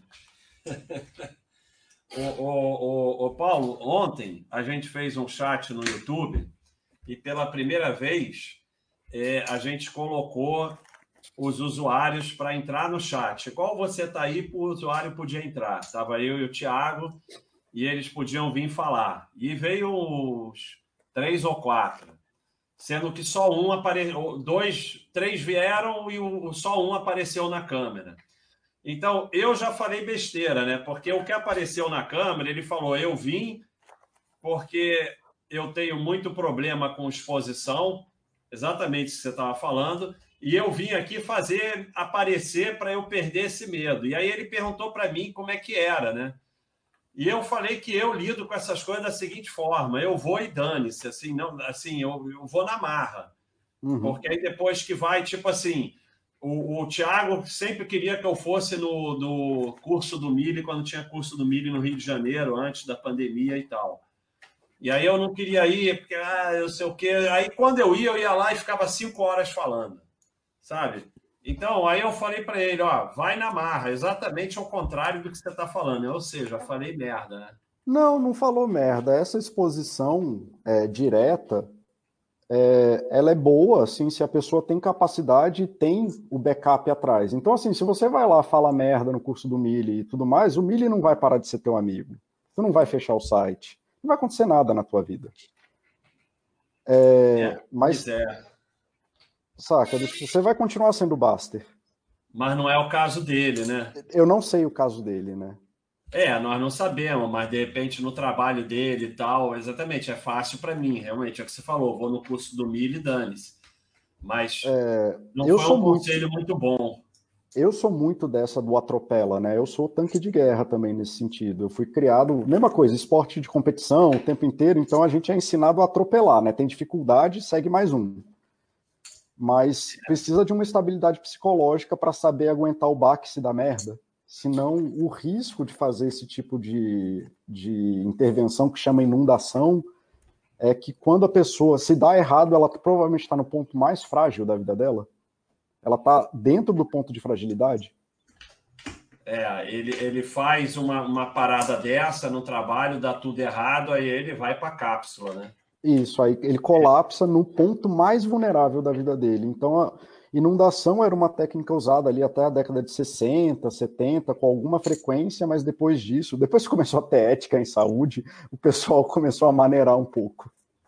o, o, o, o Paulo, ontem a gente fez um chat no YouTube e pela primeira vez é, a gente colocou os usuários para entrar no chat. Igual você está aí, o usuário podia entrar. Estava eu e o Thiago e eles podiam vir falar. E veio uns três ou quatro, sendo que só um apareceu, dois, três vieram e o, só um apareceu na câmera. Então, eu já falei besteira, né? Porque o que apareceu na câmera, ele falou, eu vim porque eu tenho muito problema com exposição, exatamente o que você estava falando, e eu vim aqui fazer aparecer para eu perder esse medo. E aí ele perguntou para mim como é que era, né? E eu falei que eu lido com essas coisas da seguinte forma, eu vou e dane-se, assim, não, assim, eu, eu vou na marra. Uhum. Porque aí depois que vai, tipo assim, o, o Thiago sempre queria que eu fosse no, no curso do Mille, quando tinha curso do Mille no Rio de Janeiro, antes da pandemia e tal. E aí eu não queria ir, porque, ah, eu sei o quê. Aí quando eu ia, eu ia lá e ficava cinco horas falando, sabe? Então, aí eu falei para ele, ó, vai na marra, exatamente ao contrário do que você está falando. Ou seja, eu falei merda, né? Não, não falou merda. Essa exposição é, direta, é, ela é boa, assim, se a pessoa tem capacidade e tem o backup atrás. Então, assim, se você vai lá falar merda no curso do Mili e tudo mais, o Mili não vai parar de ser teu amigo. Tu não vai fechar o site. Não vai acontecer nada na tua vida. É, É, pois mas, é. saca, você vai continuar sendo Buster. Mas não é o caso dele, né? Eu não sei o caso dele, né? É, nós não sabemos, mas de repente no trabalho dele e tal, exatamente, é fácil para mim, realmente, é o que você falou, vou no curso do Mili e dane-se. Mas não Eu foi sou um muito, conselho muito bom. eu sou muito dessa do atropela, né? Eu sou tanque de guerra também nesse sentido. Eu fui criado, mesma coisa, esporte de competição o tempo inteiro, então a gente é ensinado a atropelar, né? Tem dificuldade, segue mais um. Mas precisa de uma estabilidade psicológica para saber aguentar o baque se dá merda. Senão, o risco de fazer esse tipo de, de intervenção que chama inundação é que quando a pessoa se dá errado, ela provavelmente está no ponto mais frágil da vida dela. Ela está dentro do ponto de fragilidade. É, ele, ele faz uma, uma parada dessa no trabalho, dá tudo errado, aí ele vai para a cápsula, né? Isso, aí ele colapsa no ponto mais vulnerável da vida dele. Então, a inundação era uma técnica usada ali até a década de sessenta, setenta, com alguma frequência, mas depois disso, depois que começou a ter ética em saúde, o pessoal começou a maneirar um pouco.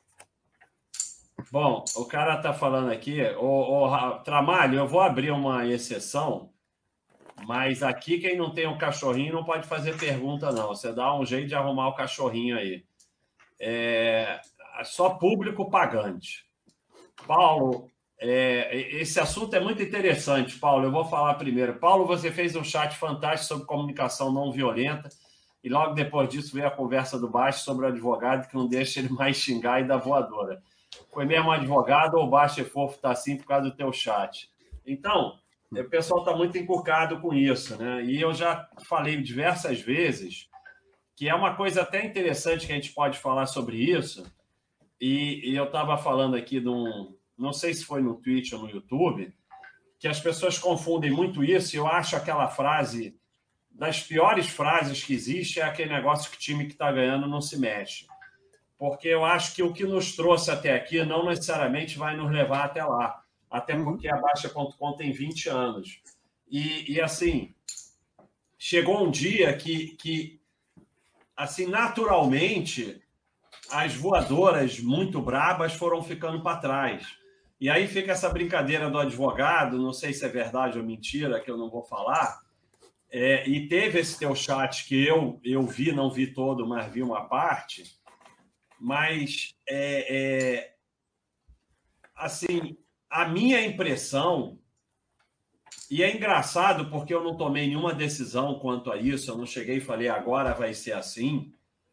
Bom, o cara tá falando aqui, o, o Tramalho, eu vou abrir uma exceção, mas aqui quem não tem um cachorrinho não pode fazer pergunta, não. Você dá um jeito de arrumar o cachorrinho aí. É só público pagante. Paulo, é, esse assunto é muito interessante, Paulo. Eu vou falar primeiro. Paulo, você fez um chat fantástico sobre comunicação não violenta e logo depois disso veio a conversa do Baixo sobre o advogado que não deixa ele mais xingar e dar voadora. Foi mesmo um advogado ou o Baixo é fofo tá assim por causa do teu chat? Então, o pessoal está muito encucado com isso, né? E eu já falei diversas vezes que é uma coisa até interessante que a gente pode falar sobre isso. E, e eu estava falando aqui de um, não sei se foi no Twitch ou no YouTube, que as pessoas confundem muito isso. E eu acho aquela frase, das piores frases que existe, é aquele negócio que o time que está ganhando não se mexe. Porque eu acho que o que nos trouxe até aqui não necessariamente vai nos levar até lá. Até porque a Baixa ponto com tem vinte anos. E, e assim, chegou um dia que, que assim, naturalmente, as voadoras muito brabas foram ficando para trás. E aí fica essa brincadeira do advogado, não sei se é verdade ou mentira, que eu não vou falar. É, e teve esse teu chat que eu, eu vi, não vi todo, mas vi uma parte. Mas, é, é, assim, a minha impressão, e é engraçado porque eu não tomei nenhuma decisão quanto a isso, eu não cheguei e falei agora vai ser assim,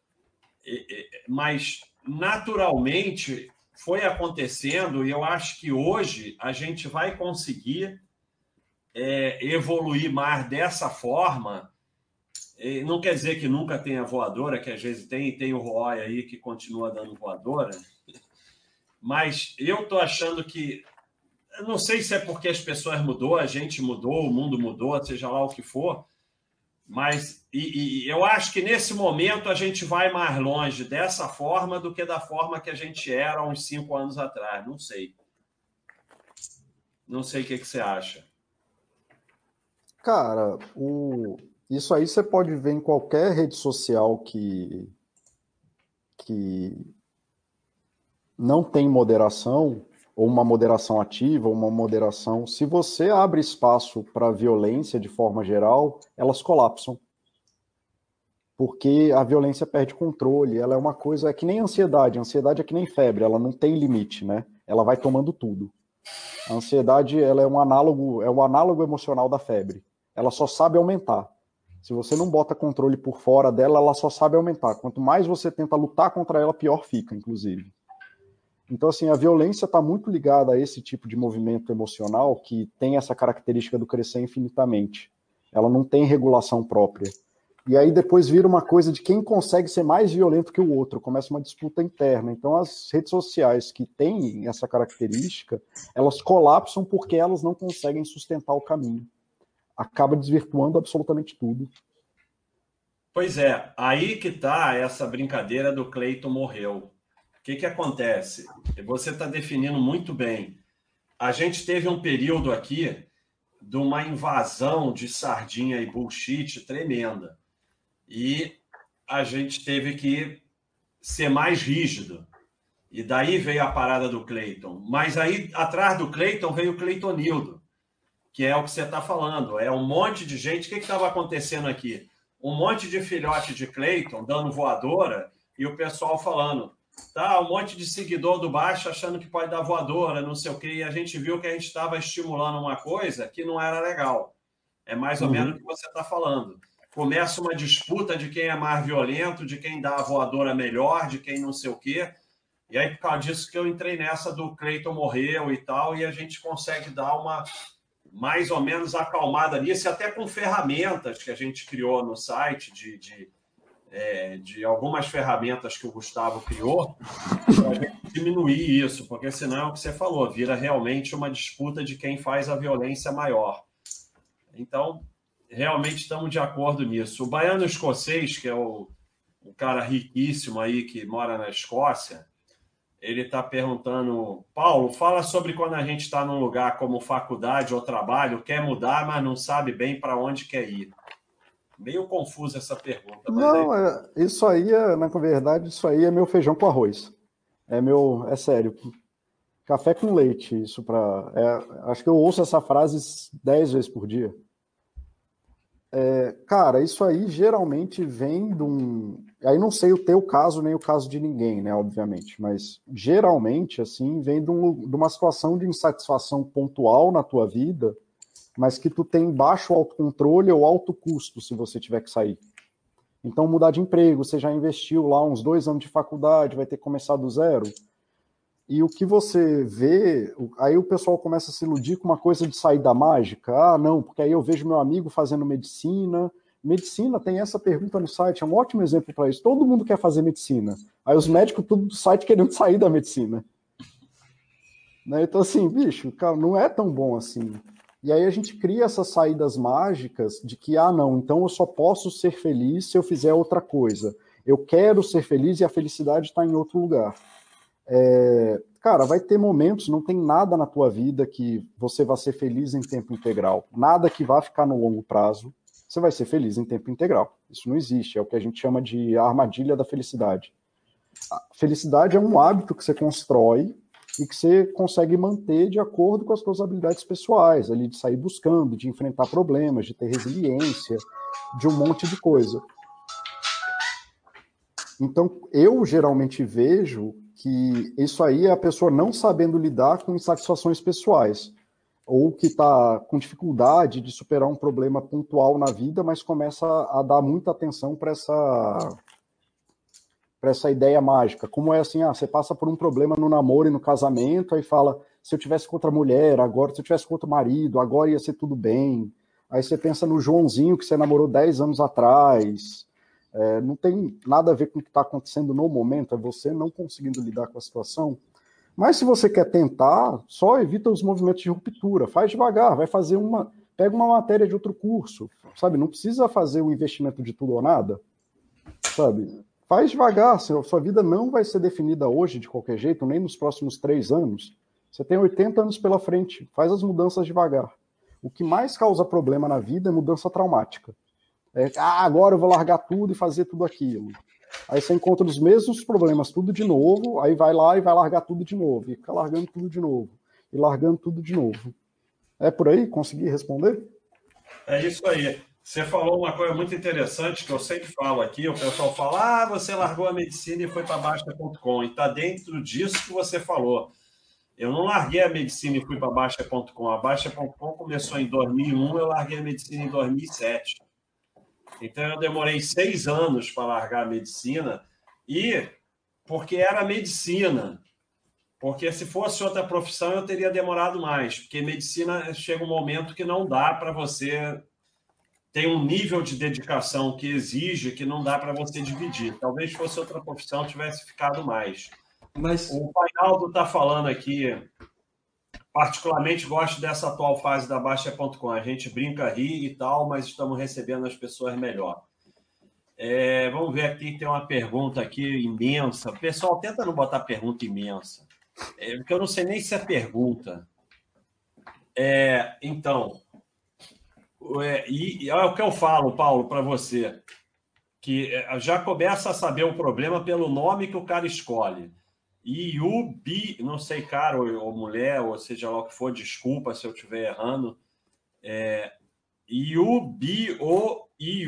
mas naturalmente foi acontecendo e eu acho que hoje a gente vai conseguir é, evoluir mais dessa forma. E não quer dizer que nunca tenha voadora, que às vezes tem, e tem o Roy aí que continua dando voadora, mas eu estou achando que, eu não sei se é porque as pessoas mudou, a gente mudou, o mundo mudou, seja lá o que for, mas e, e eu acho que nesse momento a gente vai mais longe dessa forma do que da forma que a gente era há uns cinco anos atrás. Não sei. Não sei o que, que você acha. Cara, o... isso aí você pode ver em qualquer rede social que, que não tem moderação, ou uma moderação ativa, ou uma moderação. Se você abre espaço para violência de forma geral, elas colapsam. Porque a violência perde controle, ela é uma coisa, é que nem ansiedade, a ansiedade é que nem febre, ela não tem limite, né? Ela vai tomando tudo. A ansiedade, ela é um análogo, é o análogo emocional da febre. Ela só sabe aumentar. Se você não bota controle por fora dela, ela só sabe aumentar. Quanto mais você tenta lutar contra ela, pior fica, inclusive. Então, assim, a violência está muito ligada a esse tipo de movimento emocional que tem essa característica do crescer infinitamente. Ela não tem regulação própria. E aí depois vira uma coisa de quem consegue ser mais violento que o outro, começa uma disputa interna. Então as redes sociais que têm essa característica, elas colapsam porque elas não conseguem sustentar o caminho. Acaba desvirtuando absolutamente tudo. Pois é, aí que tá essa brincadeira do Cleiton morreu. O que que acontece? Você está definindo muito bem. A gente teve um período aqui de uma invasão de sardinha e bullshit tremenda. E a gente teve que ser mais rígido. E daí veio a parada do Cleiton. Mas aí, atrás do Cleiton, veio o Cleitonildo, que é o que você está falando. É um monte de gente. O que estava acontecendo aqui? Um monte de filhote de Cleiton dando voadora e o pessoal falando, tá, um monte de seguidor do baixo achando que pode dar voadora, não sei o quê. E a gente viu que a gente estava estimulando uma coisa que não era legal. É mais ou uhum. menos o que você está falando. Começa uma disputa de quem é mais violento, de quem dá a voadora melhor, de quem não sei o quê. E aí, por causa disso que eu entrei nessa do Cleiton morreu e tal, e a gente consegue dar uma mais ou menos acalmada nisso, e até com ferramentas que a gente criou no site, de, de, é, de algumas ferramentas que o Gustavo criou, para a gente diminuir isso, porque senão é o que você falou, vira realmente uma disputa de quem faz a violência maior. Então, realmente estamos de acordo nisso. O baiano escocês, que é o, o cara riquíssimo aí que mora na Escócia, ele está perguntando, Paulo, fala sobre quando a gente está num lugar como faculdade ou trabalho, quer mudar, mas não sabe bem para onde quer ir. Meio confusa essa pergunta. Mas não, aí... é, isso aí, é, na verdade, isso aí é meu feijão com arroz. É meu, é sério. Café com leite, isso para. É, acho que eu ouço essa frase dez vezes por dia. É, cara, isso aí geralmente vem de um. Aí não sei o teu caso nem o caso de ninguém, né, obviamente, mas geralmente, assim, vem de, um, de uma situação de insatisfação pontual na tua vida, mas que tu tem baixo autocontrole ou alto custo se você tiver que sair. Então, mudar de emprego, você já investiu lá uns dois anos de faculdade, vai ter que começar do zero. E o que você vê, aí o pessoal começa a se iludir com uma coisa de saída mágica. Ah, não, porque aí eu vejo meu amigo fazendo medicina. Medicina tem essa pergunta no site, é um ótimo exemplo para isso. Todo mundo quer fazer medicina. Aí os médicos tudo do site querendo sair da medicina. Né? Então, assim, bicho, cara, não é tão bom assim. E aí a gente cria essas saídas mágicas de que, ah, não, então eu só posso ser feliz se eu fizer outra coisa. Eu quero ser feliz e a felicidade está em outro lugar. É, cara, vai ter momentos, não tem nada na tua vida que você vai ser feliz em tempo integral. Nada que vá ficar no longo prazo, você vai ser feliz em tempo integral. Isso não existe, é o que a gente chama de armadilha da felicidade. A felicidade é um hábito que você constrói e que você consegue manter de acordo com as suas habilidades pessoais, ali de sair buscando, de enfrentar problemas, de ter resiliência, de um monte de coisa. Então, eu geralmente vejo que isso aí é a pessoa não sabendo lidar com insatisfações pessoais, ou que está com dificuldade de superar um problema pontual na vida, mas começa a dar muita atenção para essa, para essa ideia mágica. Como é assim, ah, você passa por um problema no namoro e no casamento, aí fala, se eu tivesse com outra mulher, agora, se eu tivesse com outro marido, agora ia ser tudo bem. Aí você pensa no Joãozinho que você namorou dez anos atrás. É, não tem nada a ver com o que está acontecendo no momento, é você não conseguindo lidar com a situação. Mas se você quer tentar, só evita os movimentos de ruptura, faz devagar, vai fazer uma, pega uma matéria de outro curso, sabe? Não precisa fazer o investimento de tudo ou nada, sabe? Faz devagar, sua vida não vai ser definida hoje de qualquer jeito, nem nos próximos três anos. Você tem oitenta anos pela frente, faz as mudanças devagar. O que mais causa problema na vida é mudança traumática. É, ah, agora eu vou largar tudo e fazer tudo aquilo. Aí você encontra os mesmos problemas, tudo de novo, aí vai lá e vai largar tudo de novo, e fica largando tudo de novo, e largando tudo de novo. É por aí? Consegui responder? É isso aí. Você falou uma coisa muito interessante que eu sempre falo aqui, o pessoal fala, ah, você largou a medicina e foi para Baixa ponto com, e está dentro disso que você falou. Eu não larguei a medicina e fui para Baixa ponto com. A Baixa ponto com começou em dois mil e um, eu larguei a medicina em dois mil e sete. Então, eu demorei seis anos para largar a medicina, e porque era medicina. Porque se fosse outra profissão, eu teria demorado mais. Porque medicina chega um momento que não dá para você tem um nível de dedicação que exige que não dá para você dividir. Talvez fosse outra profissão, tivesse ficado mais. Mas... O Painaldo está falando aqui, particularmente gosto dessa atual fase da Baixa ponto com. A gente brinca, ri e tal, mas estamos recebendo as pessoas melhor. É, vamos ver aqui, tem uma pergunta aqui imensa. Pessoal, tenta não botar pergunta imensa, é, porque eu não sei nem se é pergunta. É, então, é, e, e é o que eu falo, Paulo, para você, que já começa a saber o problema pelo nome que o cara escolhe. Iubi, não sei, cara, ou, ou mulher, ou seja lá o que for, desculpa se eu estiver errando. É, Iubi ou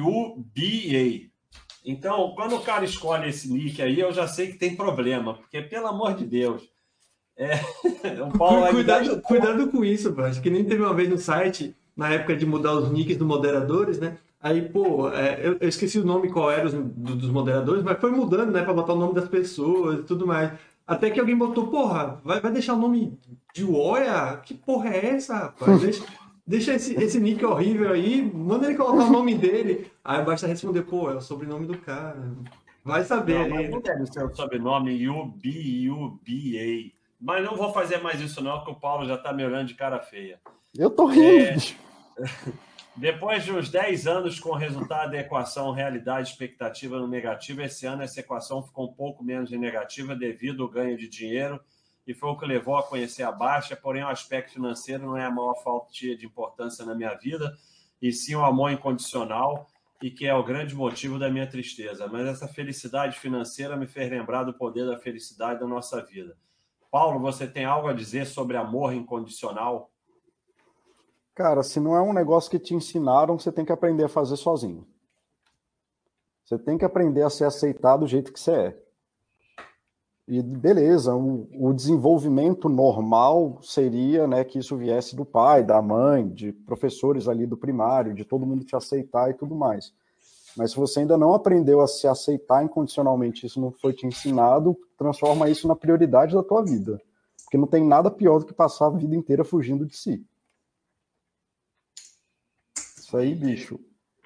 Iubi. Então, quando o cara escolhe esse nick aí, eu já sei que tem problema, porque, pelo amor de Deus, é, o Paulo cuidado, vai... cuidado com isso, acho que nem teve uma vez no site, na época de mudar os nicks dos moderadores, né? Aí, pô, é, eu, eu esqueci o nome qual era os, do, dos moderadores, mas foi mudando, né? Pra botar o nome das pessoas e tudo mais. Até que alguém botou, porra, vai, vai deixar o nome de Oia? Que porra é essa, rapaz? Deixa, deixa esse, esse nick horrível aí, manda ele colocar o nome dele. Aí basta responder, pô, é o sobrenome do cara. Vai saber. Não, mas não deve ser o sobrenome U B U B A. Mas não vou fazer mais isso não, porque o Paulo já está me olhando de cara feia. Eu tô rindo. É... Depois de uns dez anos com o resultado da equação realidade expectativa no negativo, esse ano essa equação ficou um pouco menos de negativa devido ao ganho de dinheiro e foi o que levou a conhecer a Baixa, porém o aspecto financeiro não é a maior fatia de importância na minha vida, e sim o amor incondicional, e que é o grande motivo da minha tristeza. Mas essa felicidade financeira me fez lembrar do poder da felicidade da nossa vida. Paulo, você tem algo a dizer sobre amor incondicional? Cara, se não é um negócio que te ensinaram, você tem que aprender a fazer sozinho. Você tem que aprender a se aceitar do jeito que você é. E beleza, o, o desenvolvimento normal seria, né, que isso viesse do pai, da mãe, de professores ali do primário, de todo mundo te aceitar e tudo mais. Mas se você ainda não aprendeu a se aceitar incondicionalmente, isso não foi te ensinado, transforma isso na prioridade da tua vida. Porque não tem nada pior do que passar a vida inteira fugindo de si. Isso aí, bicho.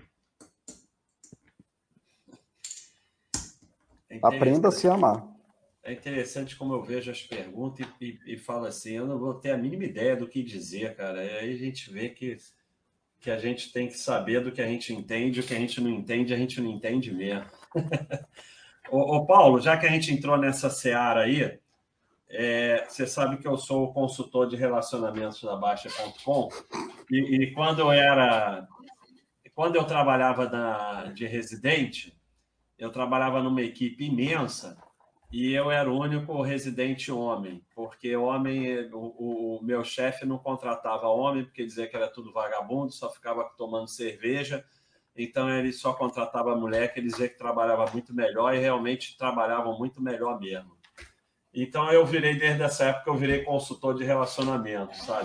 É aprenda a se amar. É interessante como eu vejo as perguntas e, e, e falo assim, eu não vou ter a mínima ideia do que dizer, cara. E aí a gente vê que, que a gente tem que saber do que a gente entende, o que a gente não entende, a gente não entende mesmo. ô, ô, Paulo, já que a gente entrou nessa seara aí, é, você sabe que eu sou o consultor de relacionamentos da Baixa ponto com e, e quando eu era... Quando eu trabalhava na, de residente, eu trabalhava numa equipe imensa e eu era o único residente homem, porque homem, o, o meu chefe não contratava homem, porque dizia que era tudo vagabundo, só ficava tomando cerveja, então ele só contratava mulher, que ele dizia que trabalhava muito melhor e realmente trabalhavam muito melhor mesmo. Então eu virei, desde essa época, eu virei consultor de relacionamento, sabe?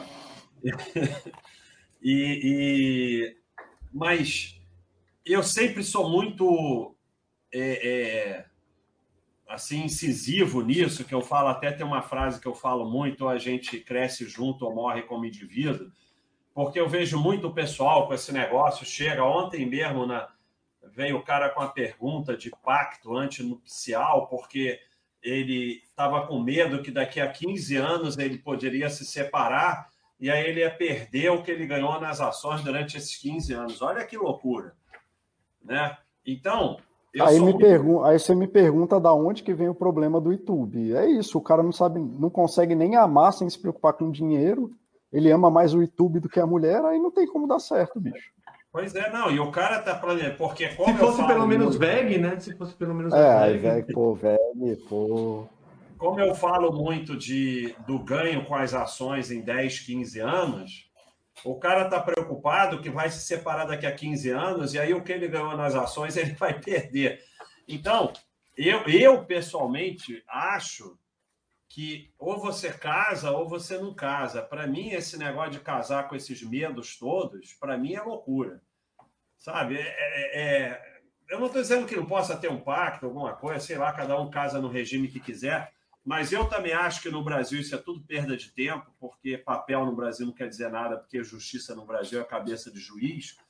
e... e mas eu sempre sou muito é, é, assim, incisivo nisso, que eu falo, até tem uma frase que eu falo muito, ou a gente cresce junto ou morre como indivíduo, porque eu vejo muito o pessoal com esse negócio, chega ontem mesmo, na, veio o cara com a pergunta de pacto antinupcial, porque ele estava com medo que daqui a quinze anos ele poderia se separar e aí ele ia perder o que ele ganhou nas ações durante esses quinze anos. Olha que loucura, né? Então, eu aí, sou me muito... pergun- aí você me pergunta da onde que vem o problema do YouTube. É isso, o cara não sabe, não consegue nem amar sem se preocupar com dinheiro. Ele ama mais o YouTube do que a mulher, aí não tem como dar certo, bicho. Pois é, não, e o cara tá planejando, porque como Se fosse eu falo pelo menos muito, veg, né? Se fosse pelo menos É, a aí, veg. velho, pô, velho, pô. como eu falo muito de, do ganho com as ações em dez, quinze anos, o cara está preocupado que vai se separar daqui a quinze anos e aí o que ele ganhou nas ações ele vai perder. Então, eu, eu pessoalmente acho que ou você casa ou você não casa. Para mim, esse negócio de casar com esses medos todos, para mim é loucura. Sabe? É, é, é... Eu não estou dizendo que não possa ter um pacto, alguma coisa, sei lá, cada um casa no regime que quiser, mas eu também acho que no Brasil isso é tudo perda de tempo, porque papel no Brasil não quer dizer nada, porque justiça no Brasil é a cabeça de juiz.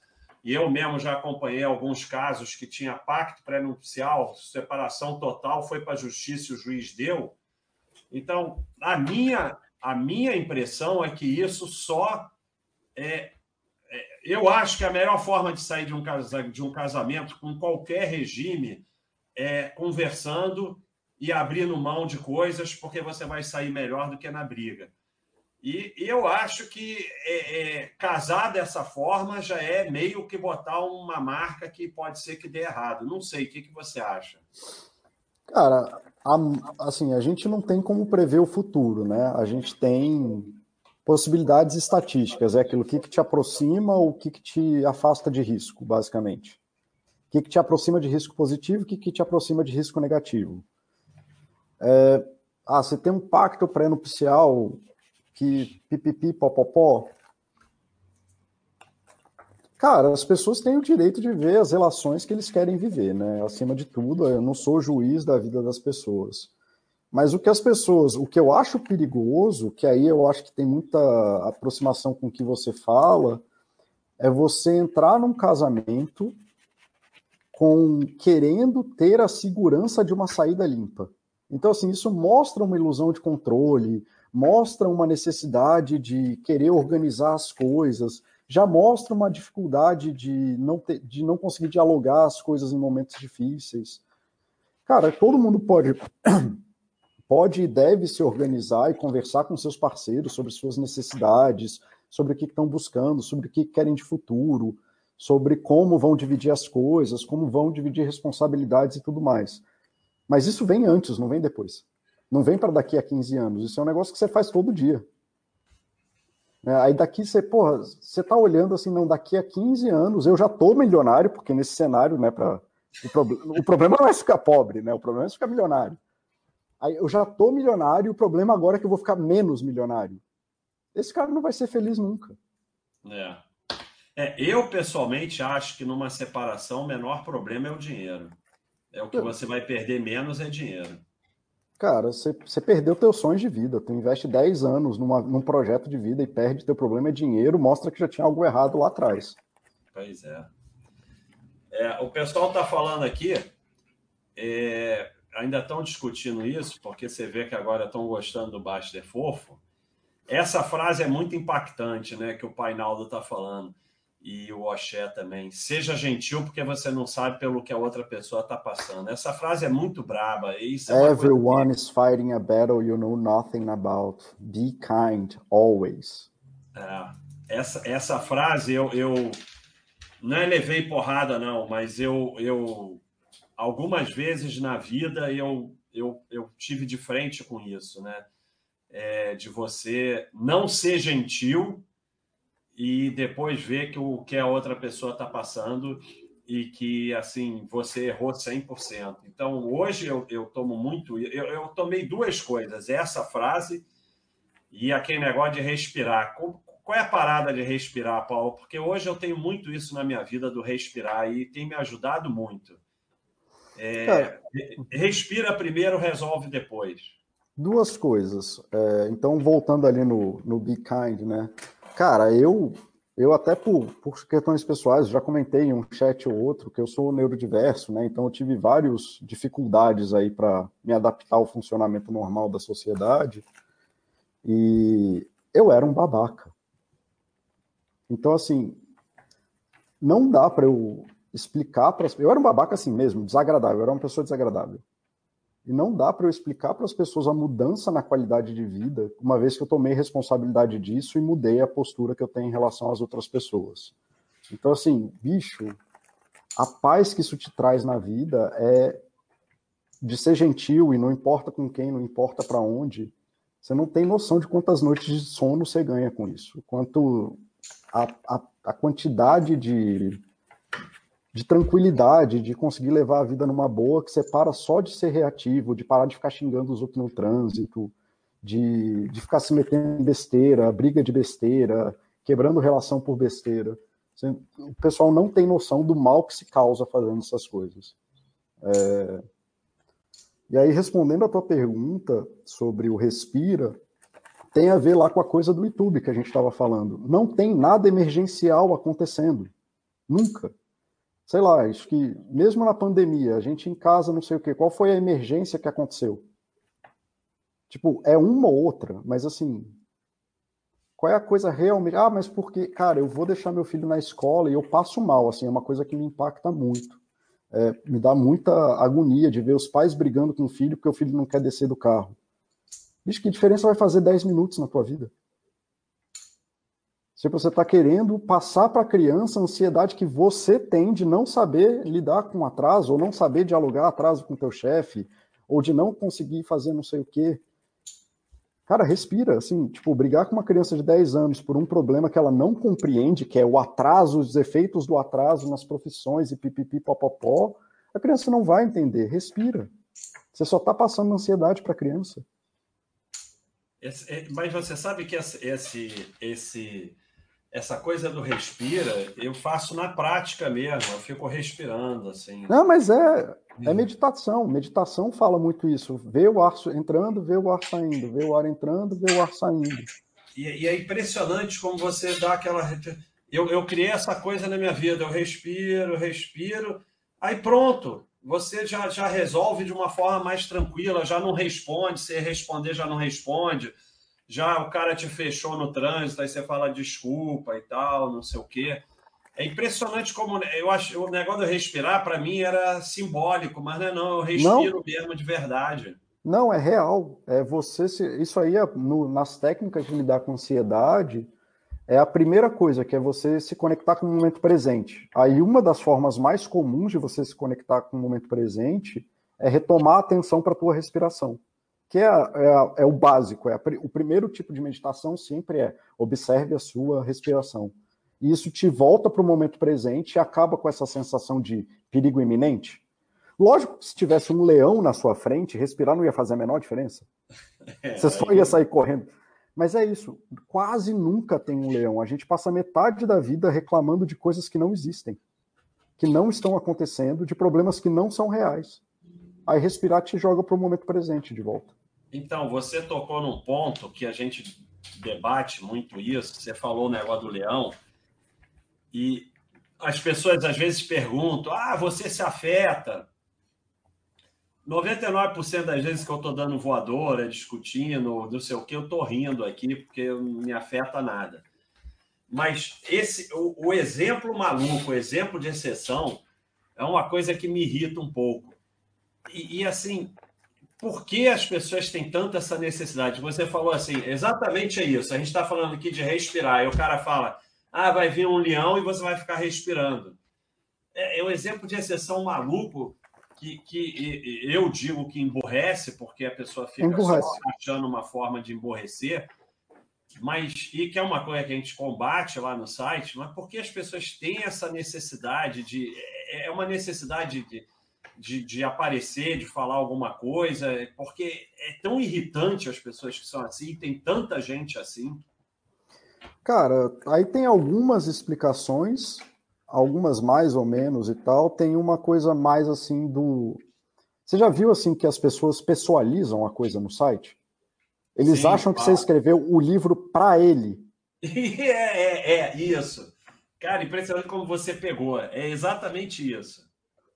e eu mesmo já acompanhei alguns casos que tinha pacto pré-nupcial, separação total, foi para a justiça e o juiz deu. Então, a minha, a minha impressão é que isso só é, é... Eu acho que a melhor forma de sair de um, de um casamento com qualquer regime é conversando e abrindo mão de coisas, porque você vai sair melhor do que na briga. E eu acho que é, é, casar dessa forma já é meio que botar uma marca que pode ser que dê errado. Não sei, o que, que você acha? Cara, a, assim, a gente não tem como prever o futuro, né? A gente tem possibilidades estatísticas, é aquilo que, que te aproxima ou o que, que te afasta de risco, basicamente. O que, que te aproxima de risco positivo, o que, que te aproxima de risco negativo. É, ah, você tem um pacto pré-nupcial que pipipi, popopó. Cara, as pessoas têm o direito de ver as relações que eles querem viver, né? Acima de tudo, eu não sou juiz da vida das pessoas. Mas o que as pessoas, o que eu acho perigoso, que aí eu acho que tem muita aproximação com o que você fala, é você entrar num casamento com querendo ter a segurança de uma saída limpa. Então, assim, isso mostra uma ilusão de controle, mostra uma necessidade de querer organizar as coisas, já mostra uma dificuldade de não, ter, de não conseguir dialogar as coisas em momentos difíceis. Cara, todo mundo pode, pode e deve se organizar e conversar com seus parceiros sobre suas necessidades, sobre o que estão buscando, sobre o que querem de futuro, sobre como vão dividir as coisas, como vão dividir responsabilidades e tudo mais. Mas isso vem antes, não vem depois. Não vem para daqui a quinze anos. Isso é um negócio que você faz todo dia. Aí daqui você, porra, você tá olhando assim, não, daqui a quinze anos eu já tô milionário, porque nesse cenário, né, pra, o, pro, o problema não é ficar pobre, né, o problema é ficar milionário. Aí eu já tô milionário e o problema agora é que eu vou ficar menos milionário. Esse cara não vai ser feliz nunca. É. É, eu, pessoalmente, acho que numa separação o menor problema é o dinheiro. É o que você vai perder menos é dinheiro. Cara, você, você perdeu teus sonhos de vida. Tu investe dez anos numa, num projeto de vida e perde teu problema é dinheiro, mostra que já tinha algo errado lá atrás. Pois é. É, o pessoal está falando aqui, é, ainda estão discutindo isso, porque você vê que agora estão gostando do Baster Fofo. Essa frase é muito impactante, né, que o Painaldo está falando. E o Oxé também. Seja gentil, porque você não sabe pelo que a outra pessoa está passando. Essa frase é muito braba. E isso é uma Everyone coisa que... is fighting a battle you know nothing about. Be kind, always. É, essa, essa frase eu, eu não é levei porrada, não, mas eu, eu algumas vezes na vida eu, eu, eu tive de frente com isso, né? É, de você não ser gentil e depois ver que o que a outra pessoa está passando e que, assim, você errou cem por cento. Então, hoje eu, eu tomo muito... Eu, eu tomei duas coisas, essa frase e aquele negócio de respirar. Qual é a parada de respirar, Paulo? Porque hoje eu tenho muito isso na minha vida, do respirar, e tem me ajudado muito. É, respira primeiro, resolve depois. Duas coisas. É, então, voltando ali no, no Be Kind, né? Cara, eu, eu até por, por questões pessoais, já comentei em um chat ou outro que eu sou neurodiverso, né? Então eu tive várias dificuldades aí para me adaptar ao funcionamento normal da sociedade. E eu era um babaca. Então, assim, não dá para eu explicar para as... Eu era um babaca assim mesmo, desagradável, eu era uma pessoa desagradável. E não dá para eu explicar para as pessoas a mudança na qualidade de vida, uma vez que eu tomei responsabilidade disso e mudei a postura que eu tenho em relação às outras pessoas. Então, assim, bicho, a paz que isso te traz na vida é de ser gentil e não importa com quem, não importa para onde. Você não tem noção de quantas noites de sono você ganha com isso. Quanto a, a, a quantidade de... de tranquilidade, de conseguir levar a vida numa boa, que você para só de ser reativo, de parar de ficar xingando os outros no trânsito, de, de ficar se metendo em besteira, briga de besteira, quebrando relação por besteira. Você, o pessoal não tem noção do mal que se causa fazendo essas coisas. É... E aí, respondendo a tua pergunta sobre o respira, tem a ver lá com a coisa do YouTube que a gente estava falando. Não tem nada emergencial acontecendo. Nunca. Sei lá, acho que mesmo na pandemia, a gente em casa, não sei o quê, qual foi a emergência que aconteceu? Tipo, é uma ou outra, mas assim, qual é a coisa realmente? Ah, mas porque, cara, eu vou deixar meu filho na escola e eu passo mal, assim, é uma coisa que me impacta muito. É, me dá muita agonia de ver os pais brigando com o filho porque o filho não quer descer do carro. Bicho, que diferença vai fazer dez minutos na tua vida? Se você está querendo passar para a criança a ansiedade que você tem de não saber lidar com atraso, ou não saber dialogar atraso com o teu chefe, ou de não conseguir fazer não sei o quê. Cara, respira, assim, tipo, brigar com uma criança de dez anos por um problema que ela não compreende, que é o atraso, os efeitos do atraso nas profissões e pipipi popopó, a criança não vai entender, respira. Você só está passando ansiedade para a criança. Esse, mas você sabe que esse, esse, esse, essa coisa do respira, eu faço na prática mesmo, eu fico respirando, assim. Não, mas é, é meditação. Meditação fala muito isso. Vê o ar entrando, vê o ar saindo. Vê o ar entrando, vê o ar saindo. E, e é impressionante como você dá aquela... Eu, eu criei essa coisa na minha vida. Eu respiro, respiro. Aí pronto. Você já, já resolve de uma forma mais tranquila. Já não responde. Se responder, já não responde. Já o cara te fechou no trânsito. Aí você fala desculpa e tal, não sei o quê. É impressionante como eu acho o negócio de respirar para mim era simbólico, mas não é não, eu respiro Não, mesmo de verdade. não, é real. É você se, isso aí é no, nas técnicas de lidar com ansiedade é a primeira coisa, que é você se conectar com o momento presente. Aí uma das formas mais comuns de você se conectar com o momento presente é retomar a atenção para a tua respiração, que é, é, é o básico. É a, o primeiro tipo de meditação sempre é observe a sua respiração. E isso te volta para o momento presente e acaba com essa sensação de perigo iminente. Lógico que se tivesse um leão na sua frente, respirar não ia fazer a menor diferença. É, Você só aí... ia sair correndo. Mas é isso, quase nunca tem um leão. A gente passa metade da vida reclamando de coisas que não existem, que não estão acontecendo, de problemas que não são reais. Aí respirar te joga para o momento presente de volta. Então, você tocou num ponto que a gente debate muito isso, você falou o negócio do leão, e as pessoas às vezes perguntam, ah, você se afeta? noventa e nove por cento das vezes que eu estou dando voadora, discutindo, não sei o que, eu estou rindo aqui, porque não me afeta nada. Mas esse, o, o exemplo maluco, o exemplo de exceção, é uma coisa que me irrita um pouco. E, e assim, por que as pessoas têm tanta essa necessidade? Você falou assim, exatamente é isso. A gente está falando aqui de respirar, e o cara fala, ah, vai vir um leão e você vai ficar respirando. É, é um exemplo de exceção maluco que, que eu digo que emburrece, porque a pessoa fica Emburrece. só achando uma forma de emburrecer, mas, e que é uma coisa que a gente combate lá no site, mas porque as pessoas têm essa necessidade de... É uma necessidade de, de, de aparecer, de falar alguma coisa, porque é tão irritante as pessoas que são assim, tem tanta gente assim. Cara, aí tem algumas explicações, algumas mais ou menos e tal. Tem uma coisa mais assim do... Você já viu assim que as pessoas pessoalizam a coisa no site? Eles Sim, acham que você claro. escreveu o livro para ele. É, é, é, isso. Cara, impressionante como você pegou. É exatamente isso.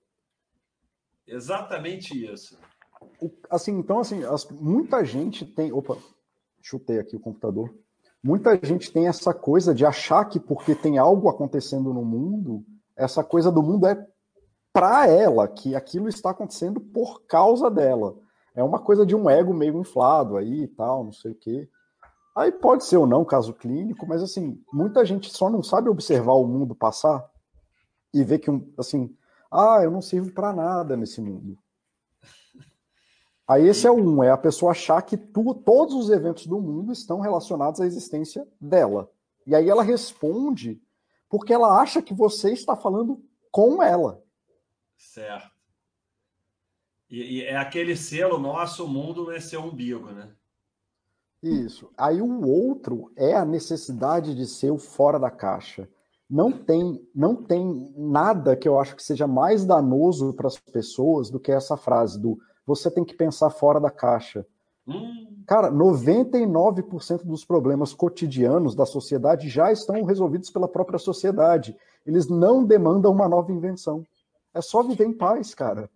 Exatamente isso. O, assim, então, assim, as, muita gente tem... Opa, chutei aqui o computador. Muita gente tem essa coisa de achar que porque tem algo acontecendo no mundo, essa coisa do mundo é para ela, que aquilo está acontecendo por causa dela. É uma coisa de um ego meio inflado aí e tal, não sei o quê. Aí pode ser ou não caso clínico, mas assim, muita gente só não sabe observar o mundo passar e ver que, assim, ah, eu não sirvo para nada nesse mundo. Aí esse é um, é a pessoa achar que tu, todos os eventos do mundo estão relacionados à existência dela. E aí ela responde porque ela acha que você está falando com ela. Certo. E, e é aquele selo nosso, o mundo não é seu umbigo, né? Isso. Aí o outro é a necessidade de ser o fora da caixa. Não tem, não tem nada que eu acho que seja mais danoso para as pessoas do que essa frase do você tem que pensar fora da caixa. Hum. Cara, noventa e nove por cento dos problemas cotidianos da sociedade já estão resolvidos pela própria sociedade. eles não demandam uma nova invenção. É só viver em paz, cara.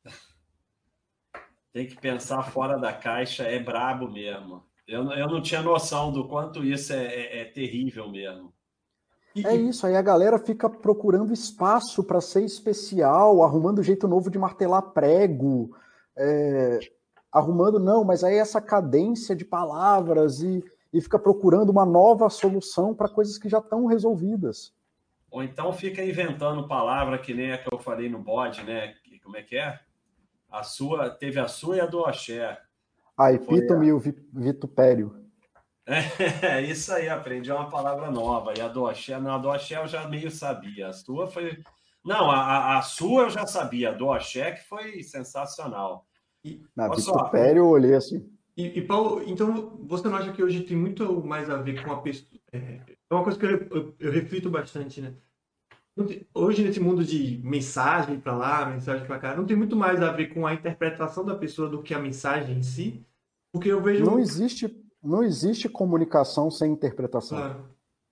Tem que pensar fora da caixa, é brabo mesmo. Eu, eu não tinha noção do quanto isso é, é, é terrível mesmo. É isso, aí a galera fica procurando espaço para ser especial, arrumando jeito novo de martelar prego, é, arrumando, não, mas aí essa cadência de palavras e, e fica procurando uma nova solução para coisas que já estão resolvidas. Ou então fica inventando palavra que nem a que eu falei no bode, né? Como é que é? A sua, teve a sua e a do axé. A epítome e o vitupério. É, isso aí, aprendi uma palavra nova. E a do axé, não, a do axé eu já meio sabia. A sua foi... Não, a, a sua eu já sabia. A do axé que foi sensacional. E, Na olha vitupério eu olhei assim. E, e, Paulo, então você não acha que hoje tem muito mais a ver com a pessoa... É, é uma coisa que eu, eu, eu reflito bastante, né? Hoje, nesse mundo de mensagem para lá, mensagem para cá, não tem muito mais a ver com a interpretação da pessoa do que a mensagem em si? Porque eu vejo... Não existe, não existe comunicação sem interpretação. Claro.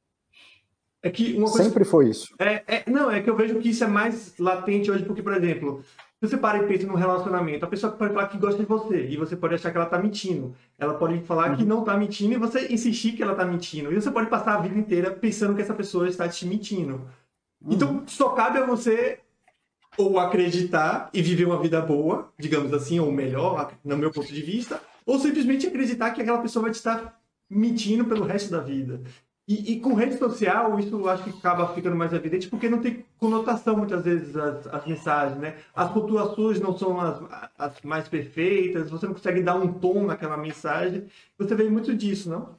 É que uma coisa... Sempre foi isso. É, é, não, é que eu vejo que isso é mais latente hoje, porque, por exemplo, se você para e pensa num relacionamento, a pessoa pode falar que gosta de você, e você pode achar que ela tá mentindo. Ela pode falar uhum. que não tá mentindo, e você insistir que ela tá mentindo. E você pode passar a vida inteira pensando que essa pessoa está te mentindo. Uhum. Então, só cabe a você ou acreditar e viver uma vida boa, digamos assim, ou melhor, no meu ponto de vista, ou simplesmente acreditar que aquela pessoa vai te estar mentindo pelo resto da vida. E, e com rede social, isso eu acho que acaba ficando mais evidente, porque não tem conotação, muitas vezes, as, as mensagens, né? As pontuações não são as, as mais perfeitas, você não consegue dar um tom naquela mensagem. Você vê muito disso, não?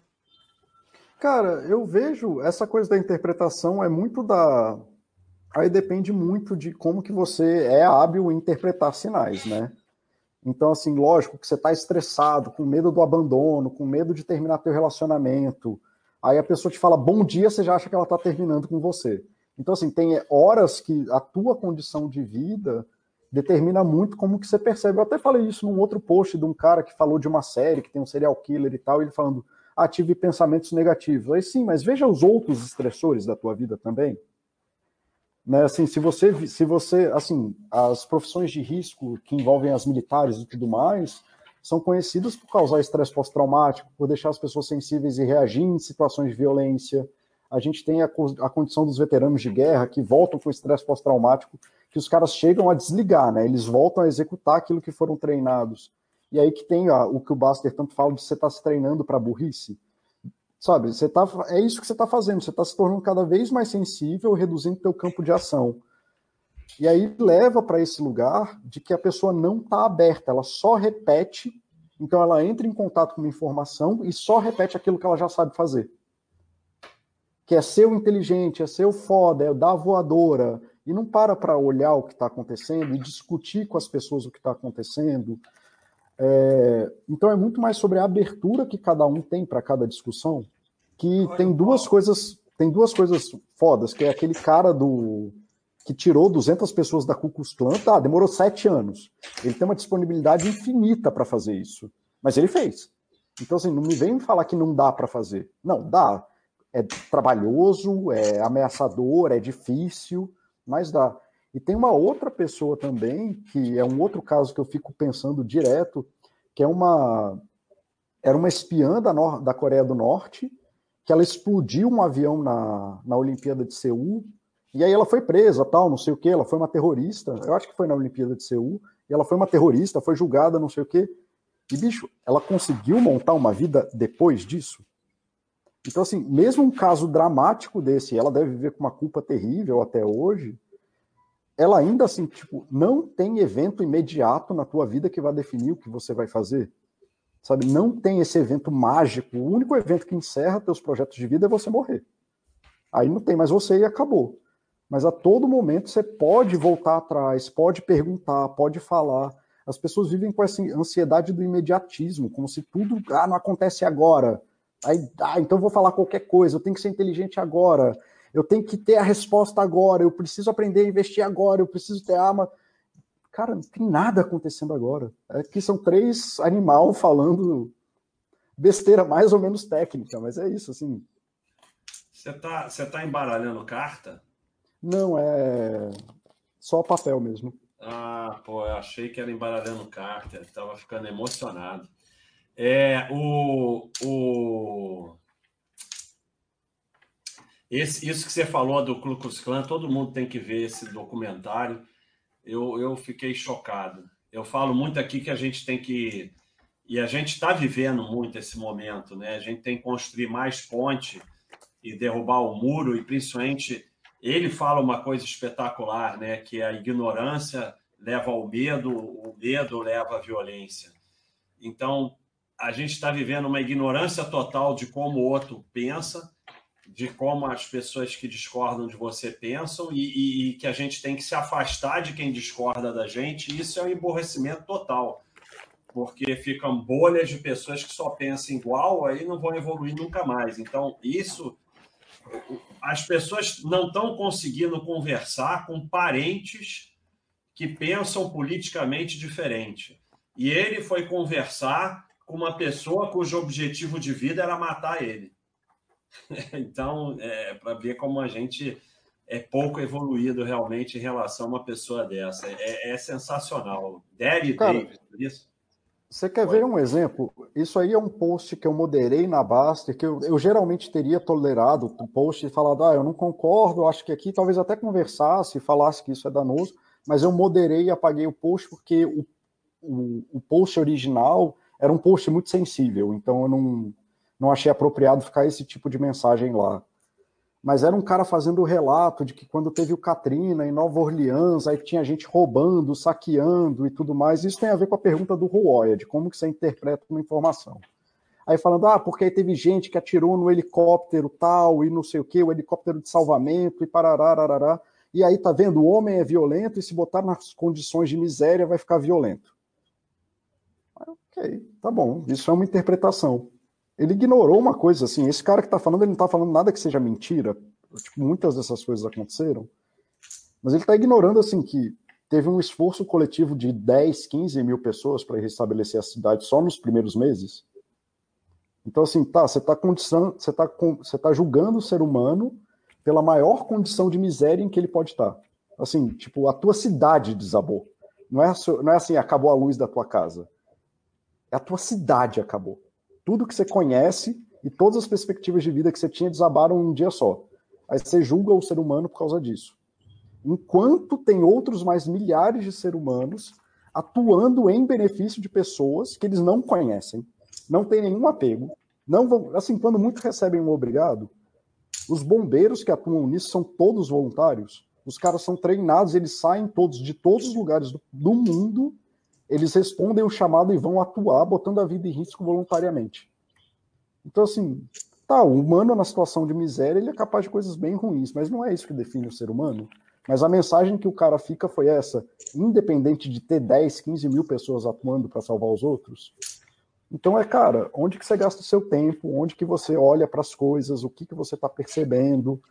Cara, eu vejo essa coisa da interpretação é muito da... Aí depende muito de como que você é hábil em interpretar sinais, né? Então, assim, lógico que você está estressado, com medo do abandono, com medo de terminar teu relacionamento. Aí a pessoa te fala bom dia, você já acha que ela está terminando com você. Então, assim, tem horas que a tua condição de vida determina muito como que você percebe. Eu até falei isso num outro post de um cara que falou de uma série que tem um serial killer e tal, e ele falando, ah, tive pensamentos negativos. Aí sim, mas veja os outros estressores da tua vida também. Né, assim, se você, se você, assim, as profissões de risco que envolvem as militares e tudo mais, são conhecidas por causar estresse pós-traumático, por deixar as pessoas sensíveis e reagir em situações de violência. A gente tem a, a condição dos veteranos de guerra que voltam com estresse pós-traumático, que os caras chegam a desligar, né? Eles voltam a executar aquilo que foram treinados. E aí que tem ó, o que o Buster tanto fala de você estar tá se treinando para burrice. Sabe, você tá, é isso que você está fazendo, você está se tornando cada vez mais sensível, reduzindo teu campo de ação. E aí leva para esse lugar de que a pessoa não está aberta, ela só repete, então ela entra em contato com uma informação e só repete aquilo que ela já sabe fazer. Que é ser o inteligente, é ser o foda, é dar a voadora, e não para para olhar o que está acontecendo e discutir com as pessoas o que está acontecendo. É, então é muito mais sobre a abertura que cada um tem para cada discussão, que tem duas coisas, tem duas coisas fodas, que é aquele cara do que tirou duzentas pessoas da Ku Klux Klan, tá, demorou sete anos. Ele tem uma disponibilidade infinita para fazer isso, mas ele fez. Então assim, não me vem me falar que não dá para fazer. Não, dá. É trabalhoso, é ameaçador, é difícil, mas dá. E tem uma outra pessoa também, que é um outro caso que eu fico pensando direto, que é uma... Era uma espiã da, Nor- da Coreia do Norte, que ela explodiu um avião na, na Olimpíada de Seul, e aí ela foi presa, tal, não sei o quê, ela foi uma terrorista, eu acho que foi na Olimpíada de Seul, e ela foi uma terrorista, foi julgada, não sei o quê, e, bicho, ela conseguiu montar uma vida depois disso? Então, assim, mesmo um caso dramático desse, ela deve viver com uma culpa terrível até hoje, ela ainda assim, tipo, não tem evento imediato na tua vida que vai definir o que você vai fazer. Sabe? Não tem esse evento mágico. O único evento que encerra teus projetos de vida é você morrer. Aí não tem mais você e acabou. Mas a todo momento você pode voltar atrás, pode perguntar, pode falar. As pessoas vivem com essa ansiedade do imediatismo, como se tudo ah, não acontece agora. Aí, ah, então eu vou falar qualquer coisa, eu tenho que ser inteligente agora. Eu tenho que ter a resposta agora, eu preciso aprender a investir agora, eu preciso ter arma. Cara, não tem nada acontecendo agora. Aqui são três animais falando besteira mais ou menos técnica, mas é isso, assim. Você tá, você tá embaralhando carta? Não, é só papel mesmo. Ah, pô, eu achei que era embaralhando carta, estava ficando emocionado. É, o, o, esse, isso que você falou do Ku Klux Klan, todo mundo tem que ver esse documentário. Eu, eu fiquei chocado. Eu falo muito aqui que a gente tem que... E a gente está vivendo muito esse momento, né? A gente tem que construir mais ponte e derrubar o muro, e principalmente ele fala uma coisa espetacular, né? Que a ignorância leva ao medo, o medo leva à violência. Então, a gente está vivendo uma ignorância total de como o outro pensa, de como as pessoas que discordam de você pensam, e, e, e que a gente tem que se afastar de quem discorda da gente, e isso é um emborrecimento total, porque ficam bolhas de pessoas que só pensam igual, aí não vão evoluir nunca mais. Então, isso... As pessoas não estão conseguindo conversar com parentes que pensam politicamente diferente. E ele foi conversar com uma pessoa cujo objetivo de vida era matar ele. Então, é para ver como a gente é pouco evoluído realmente em relação a uma pessoa dessa. É, é sensacional. Derry Cara, Davis, isso? você quer Foi. ver um exemplo? Isso aí é um post que eu moderei na Baster, que eu, eu geralmente teria tolerado o post e falado, ah, eu não concordo, acho que aqui talvez até conversasse, falasse que isso é danoso, mas eu moderei e apaguei o post porque o, o, o post original era um post muito sensível, então eu não, não achei apropriado ficar esse tipo de mensagem lá. Mas era um cara fazendo o relato de que quando teve o Katrina em Nova Orleans, aí tinha gente roubando, saqueando e tudo mais. Isso tem a ver com a pergunta do Roya, de como que você interpreta uma informação. Aí falando, ah, porque aí teve gente que atirou no helicóptero tal, e não sei o que, o helicóptero de salvamento, e parará, arará. E aí, tá vendo, o homem é violento, e se botar nas condições de miséria, vai ficar violento. Ok, tá bom, isso é uma interpretação. Ele ignorou uma coisa assim, esse cara que tá falando, ele não tá falando nada que seja mentira, tipo, muitas dessas coisas aconteceram, mas ele tá ignorando assim que teve um esforço coletivo de dez, quinze mil pessoas para restabelecer a cidade só nos primeiros meses. Então assim, tá, você tá, condição, você tá, você tá julgando o ser humano pela maior condição de miséria em que ele pode estar. Assim, tipo, a tua cidade desabou. Não é, não é assim, acabou a luz da tua casa. A tua cidade acabou. Tudo que você conhece e todas as perspectivas de vida que você tinha desabaram em um dia só. Aí você julga o ser humano por causa disso. Enquanto tem outros mais milhares de seres humanos atuando em benefício de pessoas que eles não conhecem, não têm nenhum apego, não vão, assim, quando muito recebem um obrigado, os bombeiros que atuam nisso são todos voluntários. Os caras são treinados, eles saem todos de todos os lugares do, do mundo, eles respondem o chamado e vão atuar, botando a vida em risco voluntariamente. Então, assim, tá, o humano na situação de miséria, ele é capaz de coisas bem ruins, mas não é isso que define o ser humano. Mas a mensagem que o cara fica foi essa, independente de ter dez, quinze mil pessoas atuando para salvar os outros. Então é, cara, onde que você gasta o seu tempo, onde que você olha para as coisas, o que que você está percebendo.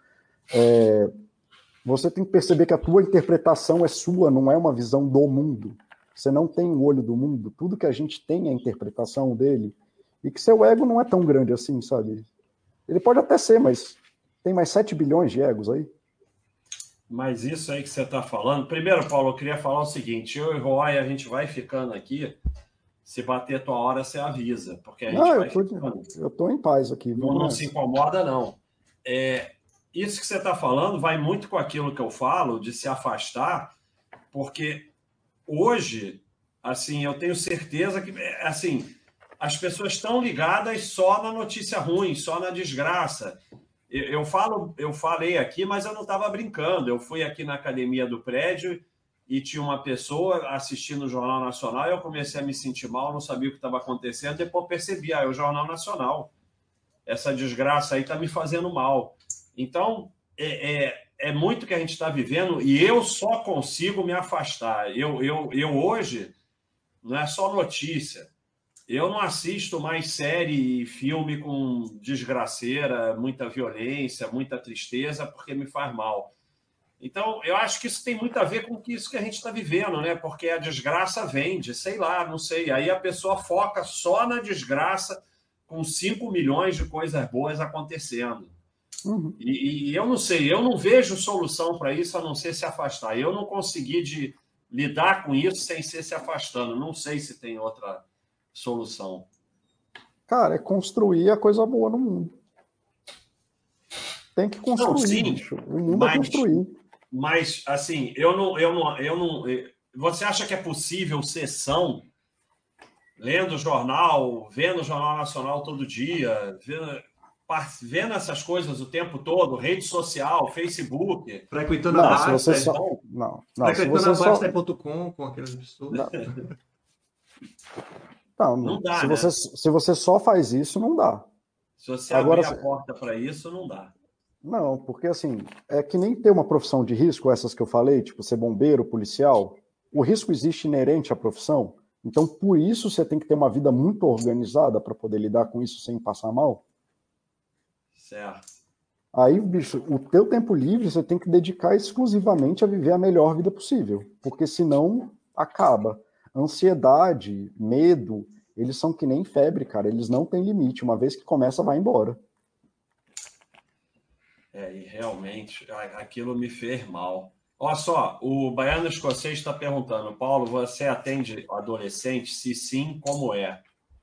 É, você tem que perceber que a tua interpretação é sua, não é uma visão do mundo. Você não tem o olho do mundo, tudo que a gente tem é a interpretação dele, e que seu ego não é tão grande assim, sabe? Ele pode até ser, mas tem mais sete bilhões de egos aí. Mas isso aí que você está falando... Primeiro, Paulo, eu queria falar o seguinte, eu e o Roy, a gente vai ficando aqui, se bater a tua hora, você avisa, porque a gente Não, eu vai tô, ficando. eu tô em paz aqui, Não, vamos não se nessa. incomoda, não. É, isso que você está falando vai muito com aquilo que eu falo, de se afastar, porque hoje, assim, eu tenho certeza que, assim, as pessoas estão ligadas só na notícia ruim, só na desgraça. Eu, eu falo, eu falei aqui, mas eu não estava brincando. Eu fui aqui na academia do prédio e tinha uma pessoa assistindo o Jornal Nacional e eu comecei a me sentir mal, não sabia o que estava acontecendo. Depois percebi, ah, é o Jornal Nacional. Essa desgraça aí está me fazendo mal. Então, é, é, é muito que a gente está vivendo e eu só consigo me afastar. Eu, eu, eu hoje, não é só notícia, eu não assisto mais série e filme com desgraceira, muita violência, muita tristeza, porque me faz mal. Então, eu acho que isso tem muito a ver com isso que a gente está vivendo, né? Porque a desgraça vende, sei lá, não sei. Aí a pessoa foca só na desgraça, com cinco milhões de coisas boas acontecendo. Uhum. E, e eu não sei, eu não vejo solução para isso a não ser se afastar. Eu não consegui de lidar com isso sem ser se afastando. Não sei se tem outra solução. Cara, é construir a coisa boa no mundo. Tem que Não, construir, sim, bicho. O mundo é mas, construir. mas assim, eu não, eu não, eu não. Você acha que é possível ser são, lendo jornal, vendo o Jornal Nacional todo dia, vendo, vendo essas coisas o tempo todo, rede social, Facebook? Frequentando a Não, se você Basta, só. Bom, Não, não, se frequentando você a só. Basta ponto com com aquelas pessoas. Não, não, não não. Se dá, você, né? se você só faz isso, não dá. Se você Agora, abrir a porta para isso, não dá. não, porque assim, é que nem ter uma profissão de risco, essas que eu falei, tipo ser bombeiro, policial, o risco existe inerente à profissão. Então, por isso, você tem que ter uma vida muito organizada para poder lidar com isso sem passar mal. Certo. Aí, bicho, o teu tempo livre você tem que dedicar exclusivamente a viver a melhor vida possível, porque senão acaba. Ansiedade, medo, eles são que nem febre, cara, eles não têm limite. Uma vez que começa, vai embora. É, e realmente aquilo me fez mal. Olha só, o Baiano Escocês está perguntando, Paulo, você atende adolescente? Se sim, como é?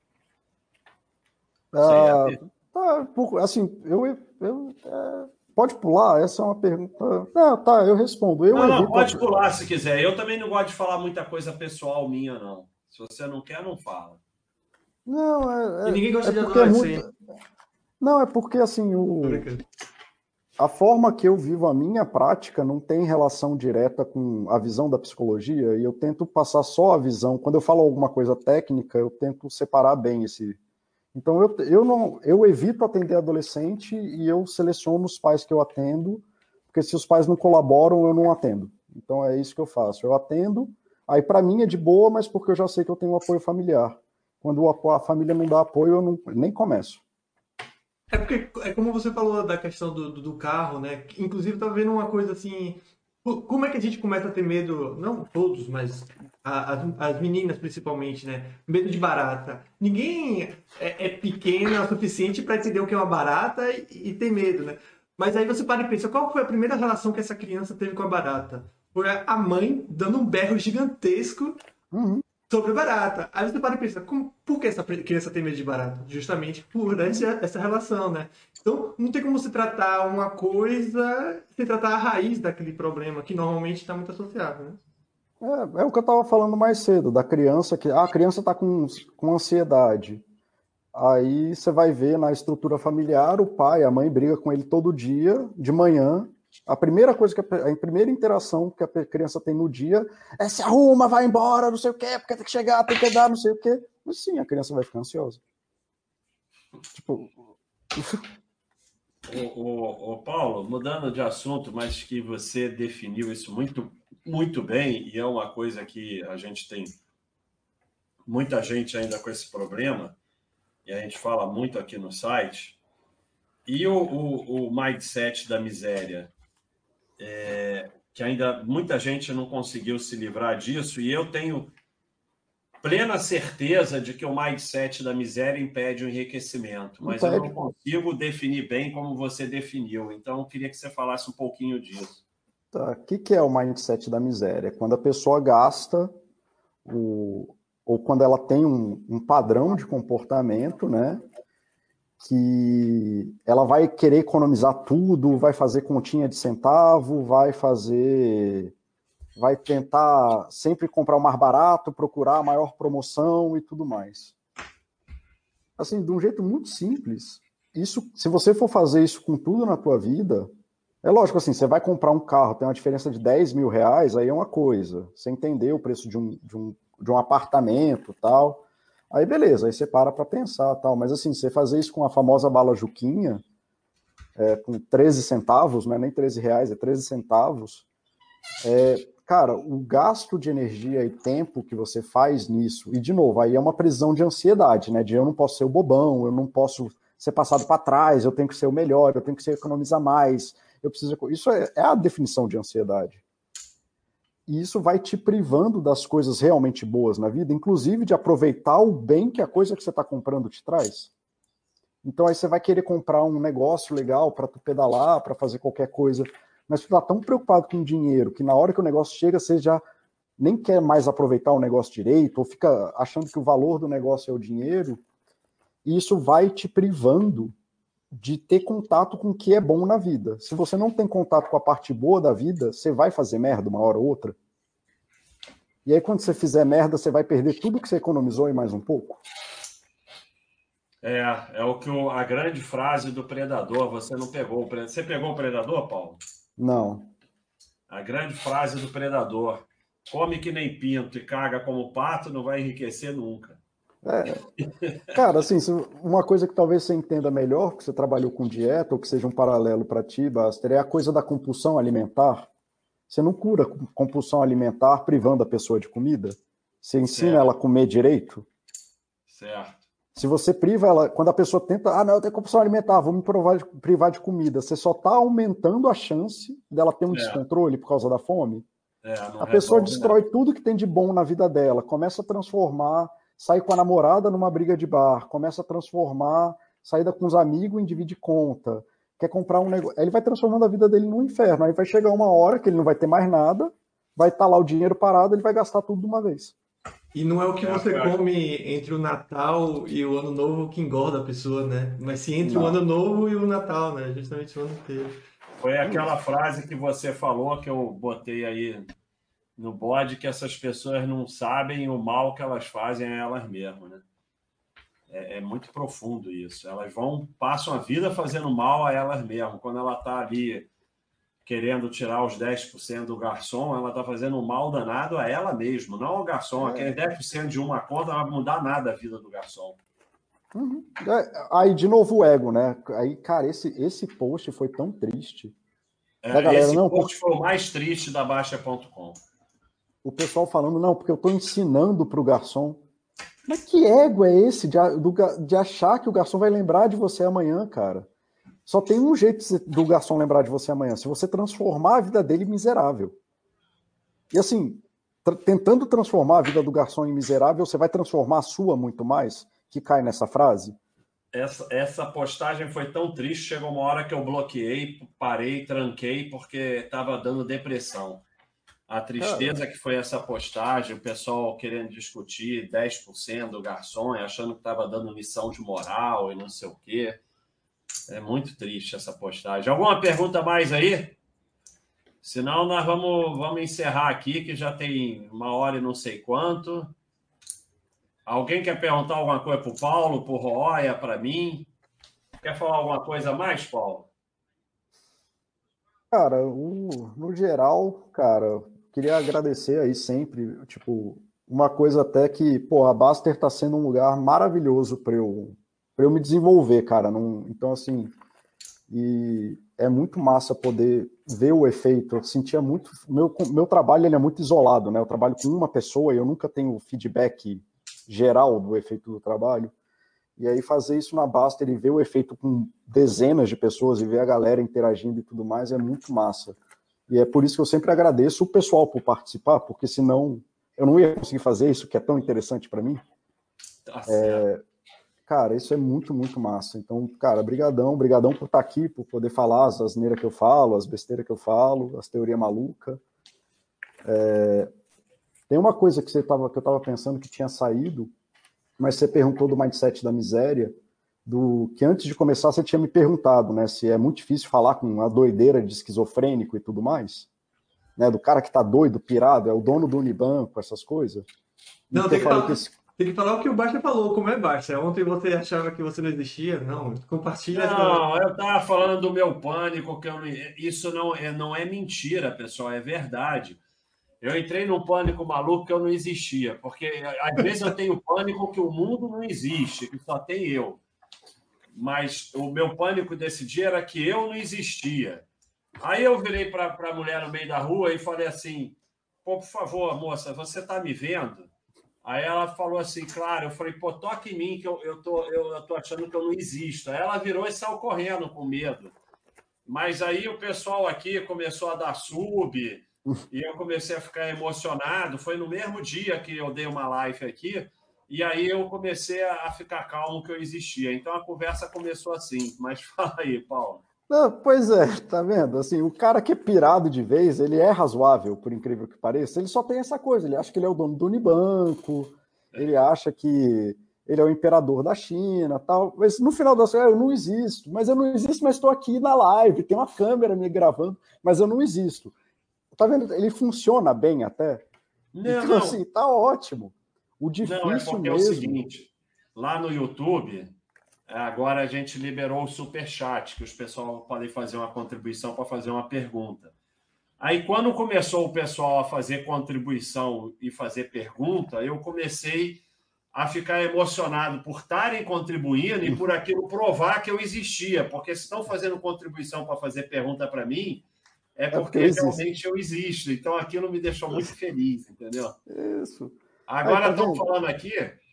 Você ia Ah, ver? tá, por- assim, eu, eu é, pode pular? Essa é uma pergunta. Não, tá, eu respondo. Eu Não, não, evito. pode a- pular se quiser. Eu também não gosto de falar muita coisa pessoal minha, não. Se você não quer, não fala. Não, E é, ninguém é, gosta é de porque é muito. adolescente. Não, é porque assim, Tô o, brincando. a forma que eu vivo a minha prática não tem relação direta com a visão da psicologia, e eu tento passar só a visão. Quando eu falo alguma coisa técnica, eu tento separar bem esse. Então eu, eu não eu evito atender adolescente e eu seleciono os pais que eu atendo, porque se os pais não colaboram, eu não atendo. Então é isso que eu faço. Eu atendo, aí para mim é de boa, mas porque eu já sei que eu tenho um apoio familiar. Quando a família não dá apoio, eu não, nem começo. É porque, é como você falou da questão do, do, do carro, né? Inclusive, tá vendo uma coisa assim. co- Como é que a gente começa a ter medo? Não todos, mas a- as, as meninas principalmente, né? Medo de barata. Ninguém é, é pequena o suficiente para entender o que é uma barata e, e ter medo, né? Mas aí você para e pensa, qual foi a primeira relação que essa criança teve com a barata? Foi a mãe dando um berro gigantesco Uhum, sobre barata. Aí você para e pensa, como, por que essa criança tem medo de barata? Justamente por essa, essa relação, né? Então, não tem como se tratar uma coisa sem tratar a raiz daquele problema, que normalmente está muito associado, né? É, é o que eu estava falando mais cedo, da criança que ah, a criança está com, com ansiedade. Aí você vai ver na estrutura familiar, o pai, a mãe briga com ele todo dia, de manhã. A primeira coisa que a, a primeira interação que a criança tem no dia é se arruma, vai embora, não sei o quê, porque tem que chegar, tem que dar, não sei o quê. Mas sim, a criança vai ficar ansiosa. Tipo, O, o, o Paulo, mudando de assunto, mas que você definiu isso muito, muito bem, e é uma coisa que a gente tem muita gente ainda com esse problema, e a gente fala muito aqui no site, e o, o, o mindset da miséria, é, que ainda muita gente não conseguiu se livrar disso, e eu tenho plena certeza de que o mindset da miséria impede o enriquecimento, mas eu não impede. consigo definir bem como você definiu, então eu queria que você falasse um pouquinho disso. Tá. O que, que é o mindset da miséria? É quando a pessoa gasta o, ou quando ela tem um, um padrão de comportamento, né? Que ela vai querer economizar tudo, vai fazer continha de centavo, vai fazer, vai tentar sempre comprar o mais barato, procurar a maior promoção e tudo mais. Assim, de um jeito muito simples, isso, se você for fazer isso com tudo na tua vida, é lógico assim, você vai comprar um carro, tem uma diferença de dez mil reais, aí é uma coisa. Você entender o preço de um, de um, de um apartamento e tal. Aí beleza, aí você para para pensar tal. Mas assim, você fazer isso com a famosa bala Juquinha, é, com treze centavos, não é nem treze reais, é treze centavos. É, cara, o gasto de energia e tempo que você faz nisso, e de novo, aí é uma prisão de ansiedade, né? De eu não posso ser o bobão, eu não posso ser passado para trás, eu tenho que ser o melhor, eu tenho que ser economizar mais, eu preciso. Isso é, é a definição de ansiedade. E isso vai te privando das coisas realmente boas na vida, inclusive de aproveitar o bem que a coisa que você está comprando te traz. Então aí você vai querer comprar um negócio legal para tu pedalar, para fazer qualquer coisa, mas tu tá tão preocupado com o dinheiro que na hora que o negócio chega, você já nem quer mais aproveitar o negócio direito, ou fica achando que o valor do negócio é o dinheiro, e isso vai te privando de ter contato com o que é bom na vida. Se você não tem contato com a parte boa da vida, você vai fazer merda uma hora ou outra. E aí quando você fizer merda, você vai perder tudo que você economizou e mais um pouco. É, é o que o, a grande frase do Predador, você não pegou o Predador. Você pegou o Predador, Paulo? Não. A grande frase do Predador, come que nem pinto e caga como pato, não vai enriquecer nunca. É. Cara, assim, uma coisa que talvez você entenda melhor, que você trabalhou com dieta, ou que seja um paralelo para ti, Baster, é a coisa da compulsão alimentar. Você não cura compulsão alimentar privando a pessoa de comida. Você ensina Certo. ela a comer direito. Certo. Se você priva ela, quando a pessoa tenta, ah, não, eu tenho compulsão alimentar, vou me provar de, privar de comida, você só está aumentando a chance dela ter um É. descontrole por causa da fome. É, não A pessoa resolve destrói nada. tudo que tem de bom na vida dela, começa a transformar, sai com a namorada numa briga de bar, começa a transformar, saída com os amigos em dividir conta, quer comprar um negócio. Aí ele vai transformando a vida dele num inferno. Aí vai chegar uma hora que ele não vai ter mais nada, vai estar lá o dinheiro parado, ele vai gastar tudo de uma vez. E não é o que É, você cara. come entre o Natal e o Ano Novo que engorda a pessoa, né? Mas sim entre o Não. Ano Novo e o Natal, né? Justamente o ano inteiro. Foi aquela frase que você falou que eu botei aí no bode, que essas pessoas não sabem o mal que elas fazem a elas mesmas, né? É, é muito profundo isso. Elas vão, passam a vida fazendo mal a elas mesmas. Quando ela está ali querendo tirar os dez por cento do garçom, ela está fazendo um mal danado a ela mesma, não ao garçom. É. Aquele dez por cento de uma conta não vai mudar nada a vida do garçom. Uhum. É, aí, de novo, o ego, né? Aí, cara, esse, esse post foi tão triste. Da É, galera, esse não, post foi o mais triste da Baixa ponto com. o pessoal falando, não, porque eu estou ensinando para o garçom. Mas que ego é esse de, do, de achar que o garçom vai lembrar de você amanhã, cara? Só tem um jeito do garçom lembrar de você amanhã, se você transformar a vida dele em miserável. E assim, tra tentando transformar a vida do garçom em miserável, você vai transformar a sua muito mais, que cai nessa frase. Essa, essa postagem foi tão triste, chegou uma hora que eu bloqueei, parei, tranquei, porque estava dando depressão. A tristeza Cara, que foi essa postagem, o pessoal querendo discutir dez por cento do garçom, achando que estava dando lição de moral e não sei o quê. É muito triste essa postagem. Alguma pergunta mais aí? Senão nós vamos, vamos encerrar aqui, que já tem uma hora e não sei quanto. Alguém quer perguntar alguma coisa para o Paulo, para o Roya, para mim? Quer falar alguma coisa a mais, Paulo? cara, o, no geral, cara, queria agradecer aí sempre, tipo, uma coisa até que, pô, a Baster tá sendo um lugar maravilhoso para eu, para eu me desenvolver, cara. Não, então, assim, e é muito massa poder ver o efeito. Eu sentia muito, meu, meu trabalho ele é muito isolado, né? Eu trabalho com uma pessoa e eu nunca tenho feedback geral do efeito do trabalho. E aí fazer isso na Baster e ver o efeito com dezenas de pessoas e ver a galera interagindo e tudo mais é muito massa. E é por isso que eu sempre agradeço o pessoal por participar, porque senão eu não ia conseguir fazer isso que é tão interessante para mim. Tá certo. É, cara, isso é muito, muito massa. Então, cara, brigadão, brigadão por estar aqui, por poder falar as asneiras que eu falo, as besteiras que eu falo, as teorias malucas. É, tem uma coisa que, você tava, que eu estava pensando que tinha saído, mas você perguntou do mindset da miséria, do que antes de começar você tinha me perguntado, né, se é muito difícil falar com uma doideira de esquizofrênico e tudo mais, né, do cara que tá doido, pirado, é o dono do Unibanco, essas coisas. E Não, que tem eu que falei falar, que esse... tem que falar o que o Baixa falou, como é Baixa. Ontem você achava que você não existia. Não, compartilha essa. Não, eu estava falando do meu pânico, que eu não, isso não é, não é mentira, pessoal, é verdade. Eu entrei num pânico maluco que eu não existia, porque às vezes eu tenho pânico que o mundo não existe, que só tem eu. Mas o meu pânico desse dia era que eu não existia. Aí eu virei para a mulher no meio da rua e falei assim: pô, por favor, moça, você está me vendo? Aí ela falou assim, claro. Eu falei, pô, toca em mim, que eu, eu, tô, eu, eu tô achando que eu não existo. Aí ela virou e saiu correndo com medo. Mas aí o pessoal aqui começou a dar sub e eu comecei a ficar emocionado. Foi no mesmo dia que eu dei uma live aqui E aí eu comecei a ficar calmo que eu existia. Então a conversa começou assim. Mas fala aí, Paulo. Não, pois é, tá vendo? Assim, o cara que é pirado de vez, ele é razoável, por incrível que pareça. Ele só tem essa coisa, ele acha que ele é o dono do Unibanco, ele acha que ele é o imperador da China, tal. Mas no final das contas, eu não existo. Mas eu não existo, mas estou aqui na live, tem uma câmera me gravando, mas eu não existo. Tá vendo? Ele funciona bem até. Não, então, não. assim, tá ótimo. O Não, é difícil porque mesmo... é o seguinte, lá no YouTube, agora a gente liberou o Superchat, que os pessoal podem fazer uma contribuição para fazer uma pergunta. Aí, quando começou o pessoal a fazer contribuição e fazer pergunta, eu comecei a ficar emocionado por estarem contribuindo e por aquilo provar que eu existia, porque se estão fazendo contribuição para fazer pergunta para mim, é porque, é porque eu realmente eu existo. Então, aquilo me deixou muito feliz, entendeu? Isso. Agora estão tá falando aqui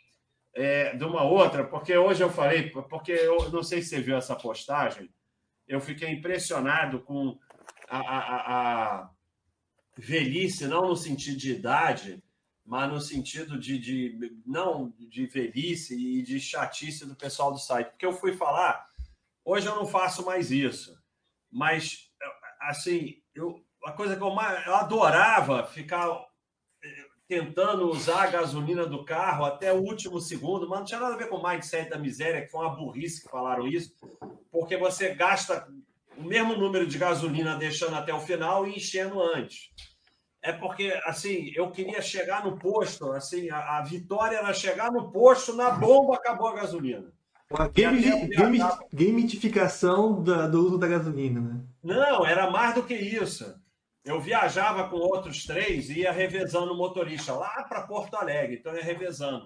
é, de uma outra, porque hoje eu falei, porque eu não sei se você viu essa postagem, eu fiquei impressionado com a, a, a velhice, não no sentido de idade, mas no sentido de, de não de velhice e de chatice do pessoal do site. Porque eu fui falar, hoje eu não faço mais isso, mas assim, eu, a coisa que eu mais eu adorava ficar tentando usar a gasolina do carro até o último segundo, mas não tinha nada a ver com o mindset da miséria, que foi uma burrice que falaram isso, porque você gasta o mesmo número de gasolina deixando até o final e enchendo antes. É porque, assim, eu queria chegar no posto, assim, a, a vitória era chegar no posto, na bomba acabou a gasolina. Uma game, game, gamificação da, do uso da gasolina, né? Não, era mais do que isso. Eu viajava com outros três e ia revezando o motorista lá para Porto Alegre, então ia revezando.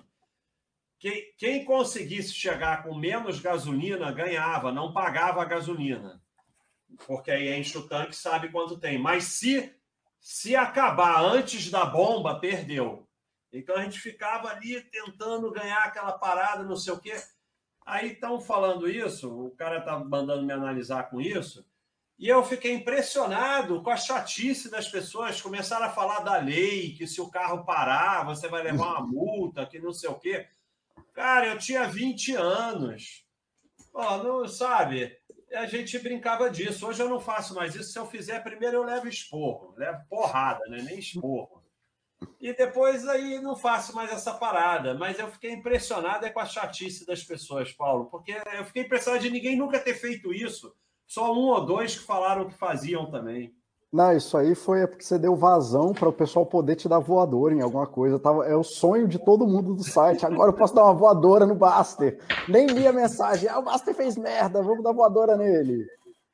Quem, quem conseguisse chegar com menos gasolina ganhava, não pagava a gasolina. Porque aí enche o tanque, sabe quanto tem. Mas se, se acabar antes da bomba, perdeu. Então a gente ficava ali tentando ganhar aquela parada, não sei o quê. Aí estão falando isso, o cara está mandando me analisar com isso, e eu fiquei impressionado com a chatice das pessoas. Começaram a falar da lei, que se o carro parar, você vai levar uma multa, que não sei o quê. Cara, eu tinha vinte anos. Pô, não sabe? A gente brincava disso. Hoje eu não faço mais isso. Se eu fizer, primeiro eu levo esporro, levo porrada, né? Nem esporro. E depois aí não faço mais essa parada. Mas eu fiquei impressionado é com a chatice das pessoas, Paulo, porque eu fiquei impressionado de ninguém nunca ter feito isso. Só um ou dois que falaram que faziam também. Não, isso aí foi porque você deu vazão para o pessoal poder te dar voadora em alguma coisa. Tava, é o sonho de todo mundo do site. Agora eu posso dar uma voadora no Baster. Nem li a mensagem. Ah, o Baster fez merda, vamos dar voadora nele.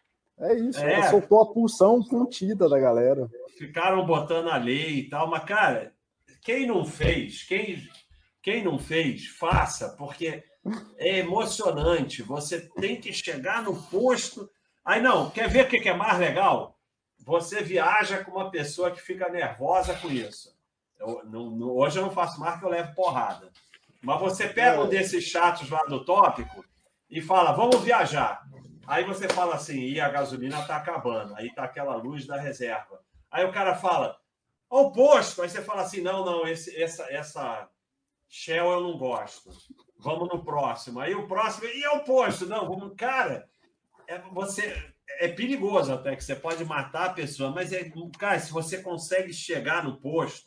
É isso, é. Ela soltou a pulsão contida da galera. Ficaram botando a lei e tal, mas, cara, quem não fez, quem, quem não fez, faça, porque é emocionante. Você tem que chegar no posto. Aí, não, quer ver o que é mais legal? Você viaja com uma pessoa que fica nervosa com isso. Eu, não, não, hoje eu não faço mais que eu levo porrada. Mas você pega um desses chatos lá do tópico e fala, vamos viajar. Aí você fala assim, e a gasolina está acabando. Aí está aquela luz da reserva. Aí o cara fala, ao posto. Aí você fala assim, não, não, esse, essa, essa Shell eu não gosto. Vamos no próximo. Aí o próximo, e ao posto? Não, vamos... Cara, é, você... É perigoso até, que você pode matar a pessoa, mas, é, cara, se você consegue chegar no posto,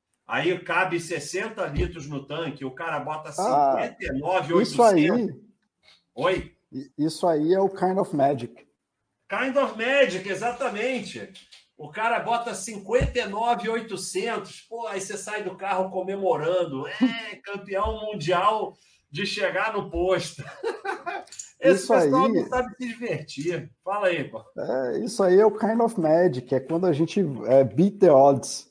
aí cabe sessenta litros no tanque, o cara bota cinquenta e nove mil e oitocentos. Isso aí... Oi? Isso aí é o kind of magic. Kind of magic, exatamente. O cara bota cinquenta e nove mil e oitocentos, pô, aí você sai do carro comemorando. É, campeão mundial de chegar no posto. Esse isso pessoal aí, não sabe se divertir. Fala aí, pô. É, isso aí é o kind of magic, é quando a gente é, beat the odds.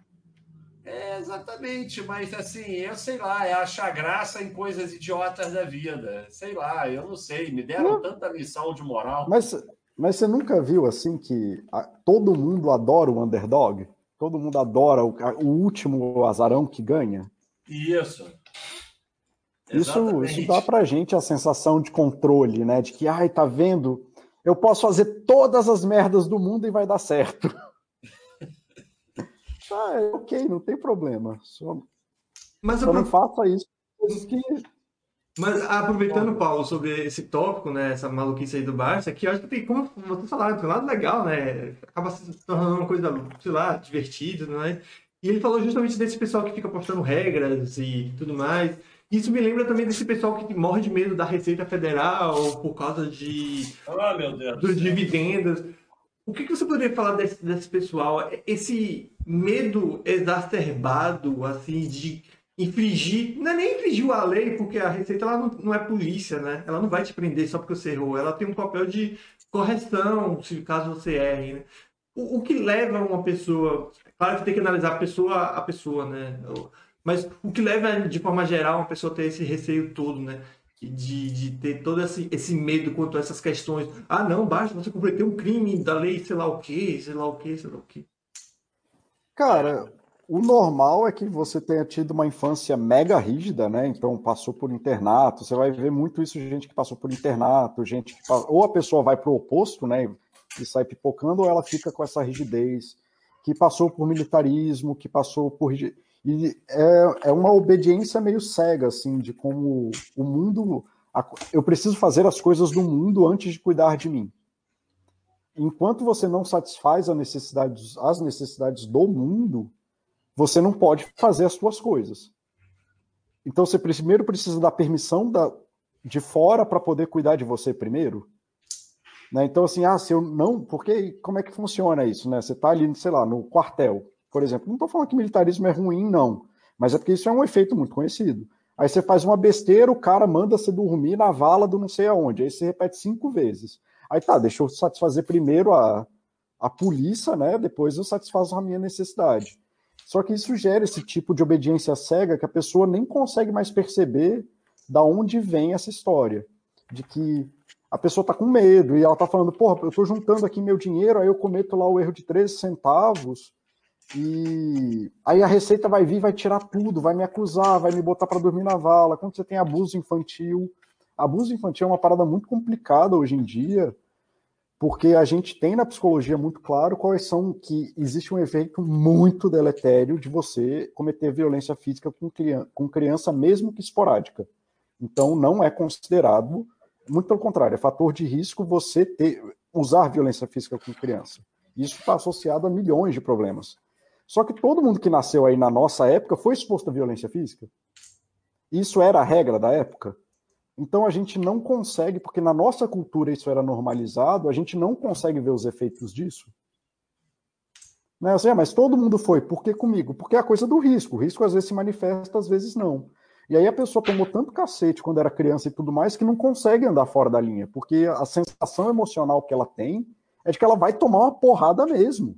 É, exatamente, mas assim, eu sei lá, é achar graça em coisas idiotas da vida. Sei lá, eu não sei, me deram não. tanta lição de moral. Mas, mas você nunca viu assim que a, todo mundo adora o underdog? Todo mundo adora o, a, o último azarão que ganha? Isso. Isso, isso dá pra gente a sensação de controle, né? De que, ai, tá vendo? Eu posso fazer todas as merdas do mundo e vai dar certo. Ah, é ok, não tem problema. Só, Mas só eu... não faça isso coisas que... Mas aproveitando, Paulo, sobre esse tópico, né, essa maluquice aí do Barça, que eu acho que tem, como vocês falaram, tem um lado legal, né, acaba se tornando uma coisa, sei lá, divertida, né, e ele falou justamente desse pessoal que fica postando regras e tudo mais. Isso me lembra também desse pessoal que morre de medo da Receita Federal por causa de Ah, meu Deus do dos céu. dividendos. O que, que você poderia falar desse, desse pessoal? Esse medo exacerbado, assim, de infringir, não é nem infringir a lei, porque a Receita ela não, não é polícia, né? Ela não vai te prender só porque você errou. Ela tem um papel de correção, se caso você erre, né? O, o que leva uma pessoa... Claro que tem que analisar a pessoa a pessoa, né? Mas o que leva, de forma geral, uma pessoa a ter esse receio todo, né? De, de ter todo esse, esse medo quanto a essas questões. Ah, não, basta você cometer um crime da lei, sei lá o quê, sei lá o quê, sei lá o quê. Cara, o normal é que você tenha tido uma infância mega rígida, né? Então passou por internato. Você vai ver muito isso de gente que passou por internato, gente que ou a pessoa vai para o oposto, né? E sai pipocando, ou ela fica com essa rigidez, que passou por militarismo, que passou por e é, é uma obediência meio cega, assim, de como o mundo. Eu preciso fazer as coisas do mundo antes de cuidar de mim. Enquanto você não satisfaz a necessidade, as necessidades do mundo, você não pode fazer as suas coisas. Então você primeiro precisa da permissão da, de fora para poder cuidar de você primeiro. Né? Então, assim, ah, se eu não. Porque como é que funciona isso? Né? Você está ali, sei lá, no quartel, por exemplo. Não estou falando que militarismo é ruim, não. Mas é porque isso é um efeito muito conhecido. Aí você faz uma besteira, o cara manda você dormir na vala do não sei aonde. Aí você repete cinco vezes. Aí tá, deixa eu satisfazer primeiro a, a polícia, né? Depois eu satisfaço a minha necessidade. Só que isso gera esse tipo de obediência cega que a pessoa nem consegue mais perceber da onde vem essa história. De que a pessoa tá com medo e ela tá falando, porra, eu tô juntando aqui meu dinheiro, aí eu cometo lá o erro de treze centavos e aí a Receita vai vir, vai tirar tudo, vai me acusar, vai me botar para dormir na vala. Quando você tem abuso infantil, abuso infantil é uma parada muito complicada hoje em dia, porque a gente tem na psicologia muito claro quais são, que existe um efeito muito deletério de você cometer violência física com criança, com criança mesmo que esporádica. Então não é considerado, muito pelo contrário, é fator de risco você ter, usar violência física com criança. Isso está associado a milhões de problemas. Só que todo mundo que nasceu aí na nossa época foi exposto à violência física. Isso era a regra da época. Então a gente não consegue, porque na nossa cultura isso era normalizado, a gente não consegue ver os efeitos disso. Né? Assim, ah, mas todo mundo foi, por que comigo? Porque é a coisa do risco. O risco às vezes se manifesta, às vezes não. E aí a pessoa tomou tanto cacete quando era criança e tudo mais que não consegue andar fora da linha, porque a sensação emocional que ela tem é de que ela vai tomar uma porrada mesmo.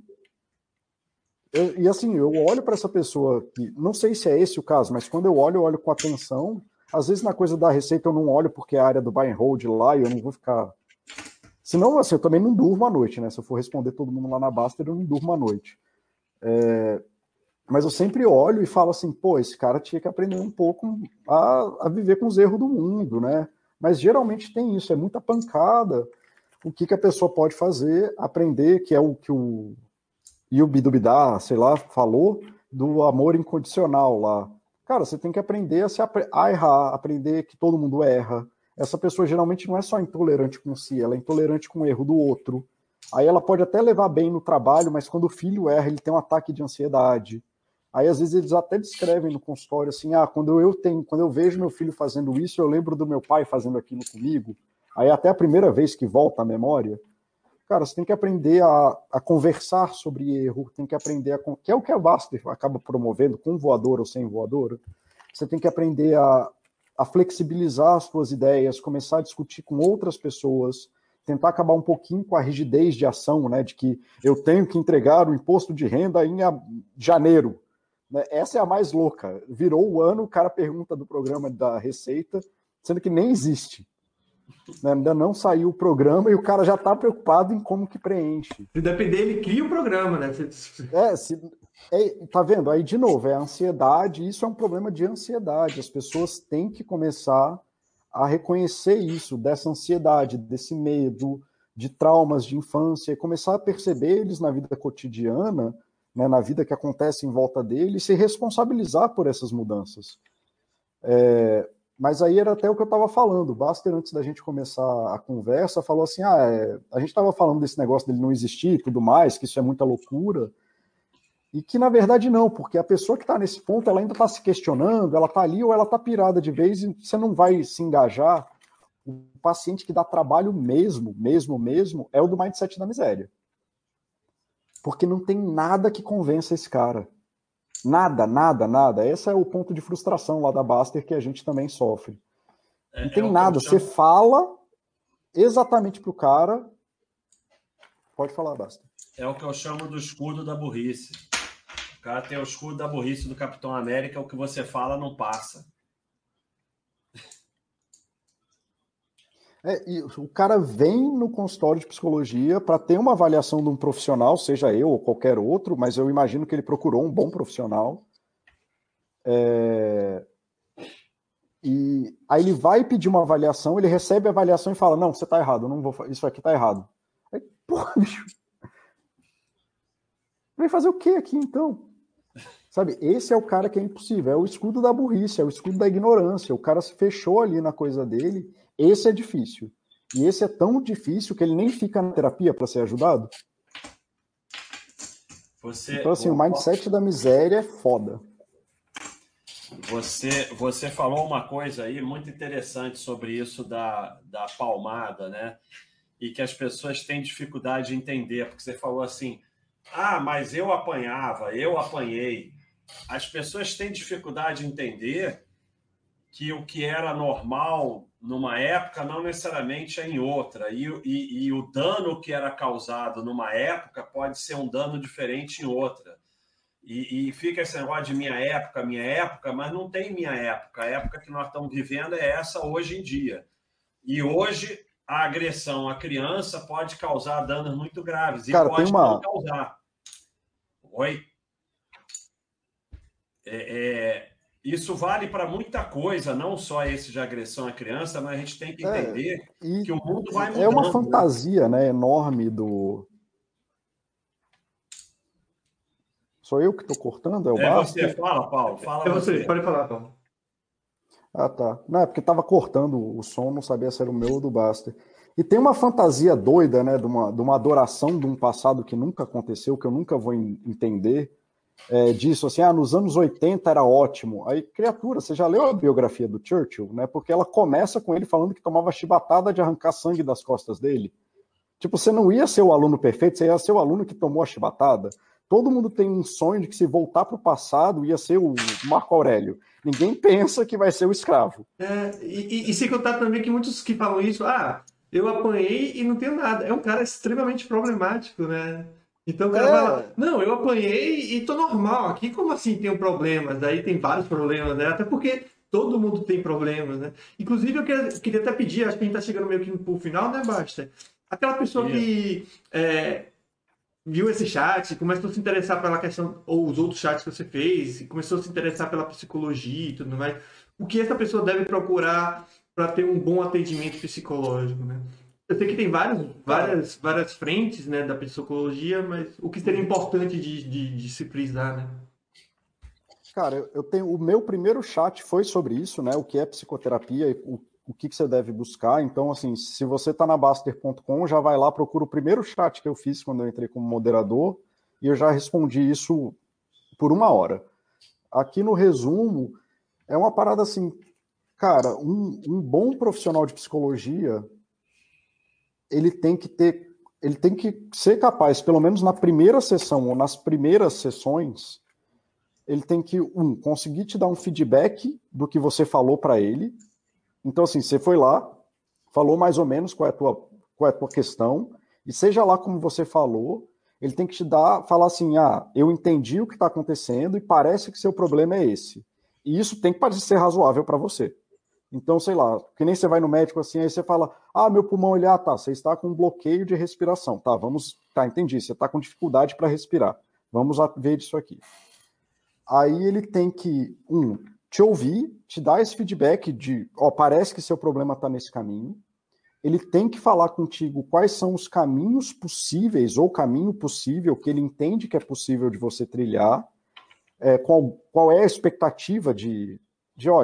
Eu, e assim, eu olho para essa pessoa, que não sei se é esse o caso, mas quando eu olho, eu olho com atenção. Às vezes na coisa da Receita eu não olho porque é a área do buy and hold lá e eu não vou ficar... Senão, assim, eu também não durmo à noite, né? Se eu for responder todo mundo lá na Baster, eu não durmo à noite. É... Mas eu sempre olho e falo assim, pô, esse cara tinha que aprender um pouco a, a viver com os erros do mundo, né? Mas geralmente tem isso, é muita pancada. O que, que a pessoa pode fazer? Aprender, que é o que o Yubi Dubidá, sei lá, falou, do amor incondicional lá. Cara, você tem que aprender a, se apre- a errar, aprender que todo mundo erra. Essa pessoa geralmente não é só intolerante com si, ela é intolerante com o erro do outro. Aí ela pode até levar bem no trabalho, mas quando o filho erra, ele tem um ataque de ansiedade. Aí às vezes eles até descrevem no consultório assim, ah, quando eu tenho, quando eu vejo meu filho fazendo isso, eu lembro do meu pai fazendo aquilo comigo. Aí até a primeira vez que volta a memória. Cara, você tem que aprender a, a conversar sobre erro, tem que aprender a... Que é o que a Baster acaba promovendo, com voadora ou sem voadora. Você tem que aprender a, a flexibilizar as suas ideias, começar a discutir com outras pessoas, tentar acabar um pouquinho com a rigidez de ação, né, de que eu tenho que entregar o imposto de renda em janeiro. Essa é a mais louca. Virou o ano, o cara pergunta do programa da Receita, sendo que nem existe. Ainda não saiu o programa e o cara já está preocupado em como que preenche. Se depender, ele cria o programa, né? É, se, é, tá vendo? Aí, de novo, é a ansiedade, isso é um problema de ansiedade. As pessoas têm que começar a reconhecer isso, dessa ansiedade, desse medo, de traumas de infância, e começar a perceber eles na vida cotidiana, né, na vida que acontece em volta deles, e se responsabilizar por essas mudanças. É, mas aí era até o que eu estava falando. O Baster, antes da gente começar a conversa, falou assim, ah, é, a gente estava falando desse negócio dele não existir e tudo mais, que isso é muita loucura, e que na verdade não, porque a pessoa que está nesse ponto, ela ainda está se questionando, ela está ali ou ela está pirada de vez e você não vai se engajar. O paciente que dá trabalho mesmo, mesmo, mesmo, é o do mindset da miséria. Porque não tem nada que convença esse cara. Nada, nada, nada. Esse é o ponto de frustração lá da Baster que a gente também sofre. É, não tem é nada. Você chamo... fala exatamente pro cara. Pode falar, Baster. É o que eu chamo do escudo da burrice. O cara tem o escudo da burrice do Capitão América, o que você fala não passa. É, e o cara vem no consultório de psicologia para ter uma avaliação de um profissional, seja eu ou qualquer outro, mas eu imagino que ele procurou um bom profissional. É... E aí ele vai pedir uma avaliação, ele recebe a avaliação e fala, não, você está errado, eu não vou, isso aqui está errado. Aí, porra, bicho. Vai fazer o que aqui, então? Sabe, esse é o cara que é impossível, é o escudo da burrice, é o escudo da ignorância. O cara se fechou ali na coisa dele. Esse é difícil. E esse é tão difícil que ele nem fica na terapia para ser ajudado. Você, então, assim, o mindset da miséria é foda. Você, você falou uma coisa aí muito interessante sobre isso da, da palmada, né? E que as pessoas têm dificuldade de entender, porque você falou assim, ah, mas eu apanhava, eu apanhei. As pessoas têm dificuldade de entender que o que era normal numa época não necessariamente é em outra. E, e, e o dano que era causado numa época pode ser um dano diferente em outra. E, e fica esse negócio de minha época, minha época, mas não tem minha época. A época que nós estamos vivendo é essa hoje em dia. E hoje a agressão à criança pode causar danos muito graves. E Cara, pode tem uma... não causar. Oi? É, é, isso vale para muita coisa, não só esse de agressão à criança, mas a gente tem que entender é, que o mundo vai mudando. É uma fantasia, né, enorme do... Sou eu que estou cortando? É o É Baster? você, fala, Paulo. Fala É você, você. pode falar, Paulo. Ah, tá. Não, é porque estava cortando o som, não sabia se era o meu ou do Baster. E tem uma fantasia doida, né, de uma, de uma adoração de um passado que nunca aconteceu, que eu nunca vou entender, é, disso, assim, ah, nos anos oitenta era ótimo. Aí, criatura, você já leu a biografia do Churchill, né, porque ela começa com ele falando que tomava chibatada de arrancar sangue das costas dele. Tipo, você não ia ser o aluno perfeito, você ia ser o aluno que tomou a chibatada. Todo mundo tem um sonho de que se voltar para o passado ia ser o Marco Aurélio. Ninguém pensa que vai ser o escravo. É, e, e, e sem contar também que muitos que falam isso, ah, eu apanhei e não tenho nada. É um cara extremamente problemático, né? Então o cara É. vai lá, não, eu apanhei e tô normal aqui, como assim tenho problemas? Daí tem vários problemas, né? Até porque todo mundo tem problemas, né? Inclusive eu queria, queria até pedir, acho que a gente tá chegando meio que pro final, né, Basta? Aquela pessoa que é, viu esse chat, começou a se interessar pela questão, ou os outros chats que você fez, começou a se interessar pela psicologia e tudo mais, o que essa pessoa deve procurar para ter um bom atendimento psicológico, né? Eu sei que tem várias, várias, várias frentes, né, da psicologia, mas o que seria importante de, de, de se frisar, né? Cara, eu tenho o meu primeiro chat foi sobre isso, né? O que é psicoterapia e o, o que, que você deve buscar. Então, assim, se você está na Baster ponto com, já vai lá, procura o primeiro chat que eu fiz quando eu entrei como moderador e eu já respondi isso por uma hora. Aqui no resumo, é uma parada assim, cara, um, um bom profissional de psicologia, ele tem que ter, ele tem que ser capaz, pelo menos na primeira sessão ou nas primeiras sessões, ele tem que, um, conseguir te dar um feedback do que você falou para ele. Então, assim, você foi lá, falou mais ou menos qual é a tua, qual é a tua questão, e seja lá como você falou, ele tem que te dar, falar assim, ah, eu entendi o que está acontecendo e parece que seu problema é esse. E isso tem que parecer razoável para você. Então, sei lá, que nem você vai no médico assim, aí você fala, ah, meu pulmão, ele, ah, tá, você está com um bloqueio de respiração. Tá, vamos, tá, entendi, você está com dificuldade para respirar. Vamos ver isso aqui. Aí ele tem que, um, te ouvir, te dar esse feedback de, ó, parece que seu problema está nesse caminho. Ele tem que falar contigo quais são os caminhos possíveis, ou caminho possível, que ele entende que é possível de você trilhar, é, qual, qual é a expectativa de, de, olha,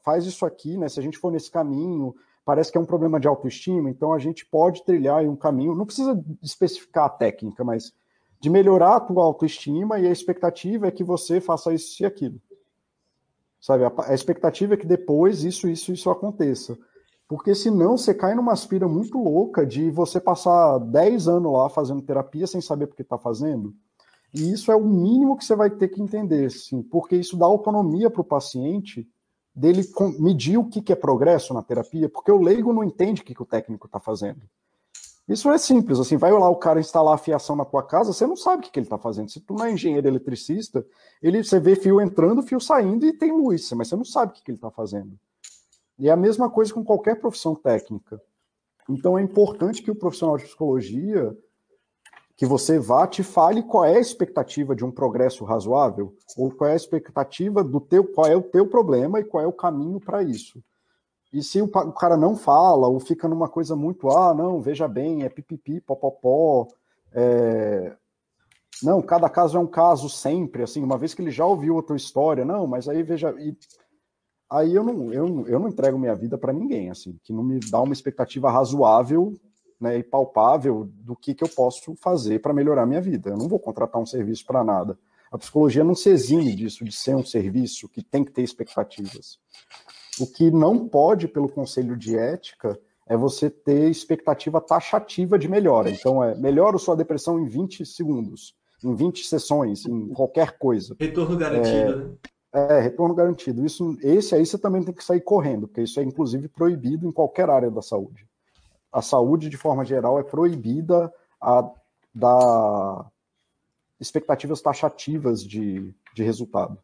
faz isso aqui, né? Se a gente for nesse caminho, parece que é um problema de autoestima, então a gente pode trilhar em um caminho, não precisa especificar a técnica, mas de melhorar a tua autoestima, e a expectativa é que você faça isso e aquilo. Sabe? A, a expectativa é que depois isso, isso, isso aconteça. Porque senão você cai numa aspira muito louca de você passar dez anos lá fazendo terapia sem saber por que está fazendo. E isso é o mínimo que você vai ter que entender, sim, porque isso dá autonomia para o paciente dele medir o que é progresso na terapia, porque o leigo não entende o que o técnico está fazendo. Isso é simples, assim, vai lá o cara instalar a fiação na tua casa, você não sabe o que ele está fazendo. Se tu não é engenheiro eletricista, ele, você vê fio entrando, fio saindo e tem luz, mas você não sabe o que ele está fazendo. E é a mesma coisa com qualquer profissão técnica. Então é importante que o profissional de psicologia, que você vá, te fale qual é a expectativa de um progresso razoável, ou qual é a expectativa do teu, qual é o teu problema e qual é o caminho para isso. E se o, o cara não fala, ou fica numa coisa muito, ah, não, veja bem, é pipipi, popopó, é... não, cada caso é um caso sempre, assim, uma vez que ele já ouviu a tua história, não, mas aí veja... E... aí eu não, eu, eu não entrego minha vida para ninguém, assim, que não me dá uma expectativa razoável, né, e palpável do que, que eu posso fazer para melhorar minha vida. Eu não vou contratar um serviço para nada. A psicologia não se exime disso, de ser um serviço que tem que ter expectativas. O que não pode, pelo conselho de ética, é você ter expectativa taxativa de melhora. Então, é melhora sua depressão em vinte segundos, em vinte sessões, em qualquer coisa. Retorno garantido, é, né? É, retorno garantido. Isso, esse aí você também tem que sair correndo, porque isso é, inclusive, proibido em qualquer área da saúde. A saúde, de forma geral, é proibida a dar expectativas taxativas de, de resultado.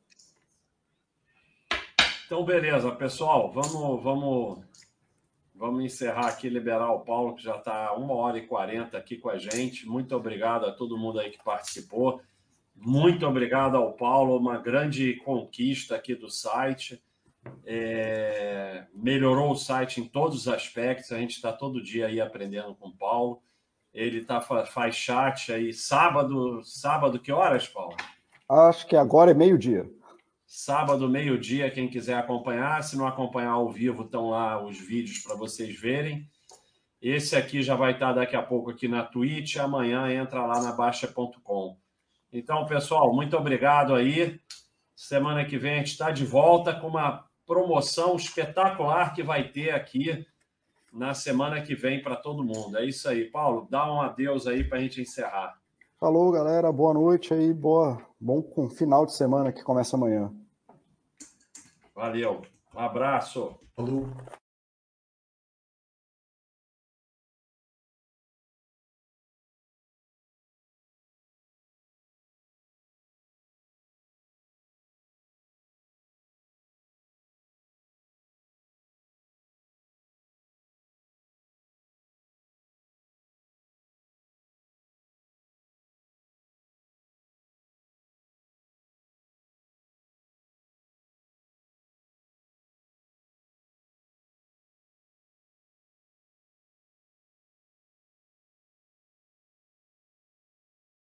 Então, beleza, pessoal, vamos, vamos, vamos encerrar aqui, liberar o Paulo, que já está uma hora e quarenta aqui com a gente. Muito obrigado a todo mundo aí que participou. Muito obrigado ao Paulo, uma grande conquista aqui do site. É, melhorou o site em todos os aspectos, a gente está todo dia aí aprendendo com o Paulo. Ele tá, faz chat aí sábado, sábado que horas, Paulo? Acho que agora é meio-dia. Sábado, meio-dia, quem quiser acompanhar. Se não acompanhar ao vivo, estão lá os vídeos para vocês verem. Esse aqui já vai estar daqui a pouco aqui na Twitch. Amanhã entra lá na Baixa ponto com. Então, pessoal, muito obrigado aí. Semana que vem a gente está de volta com uma promoção espetacular que vai ter aqui na semana que vem para todo mundo. É isso aí. Paulo, dá um adeus aí para a gente encerrar. Falou, galera. Boa noite aí. Boa, bom final de semana que começa amanhã. Valeu. Um abraço. Falou.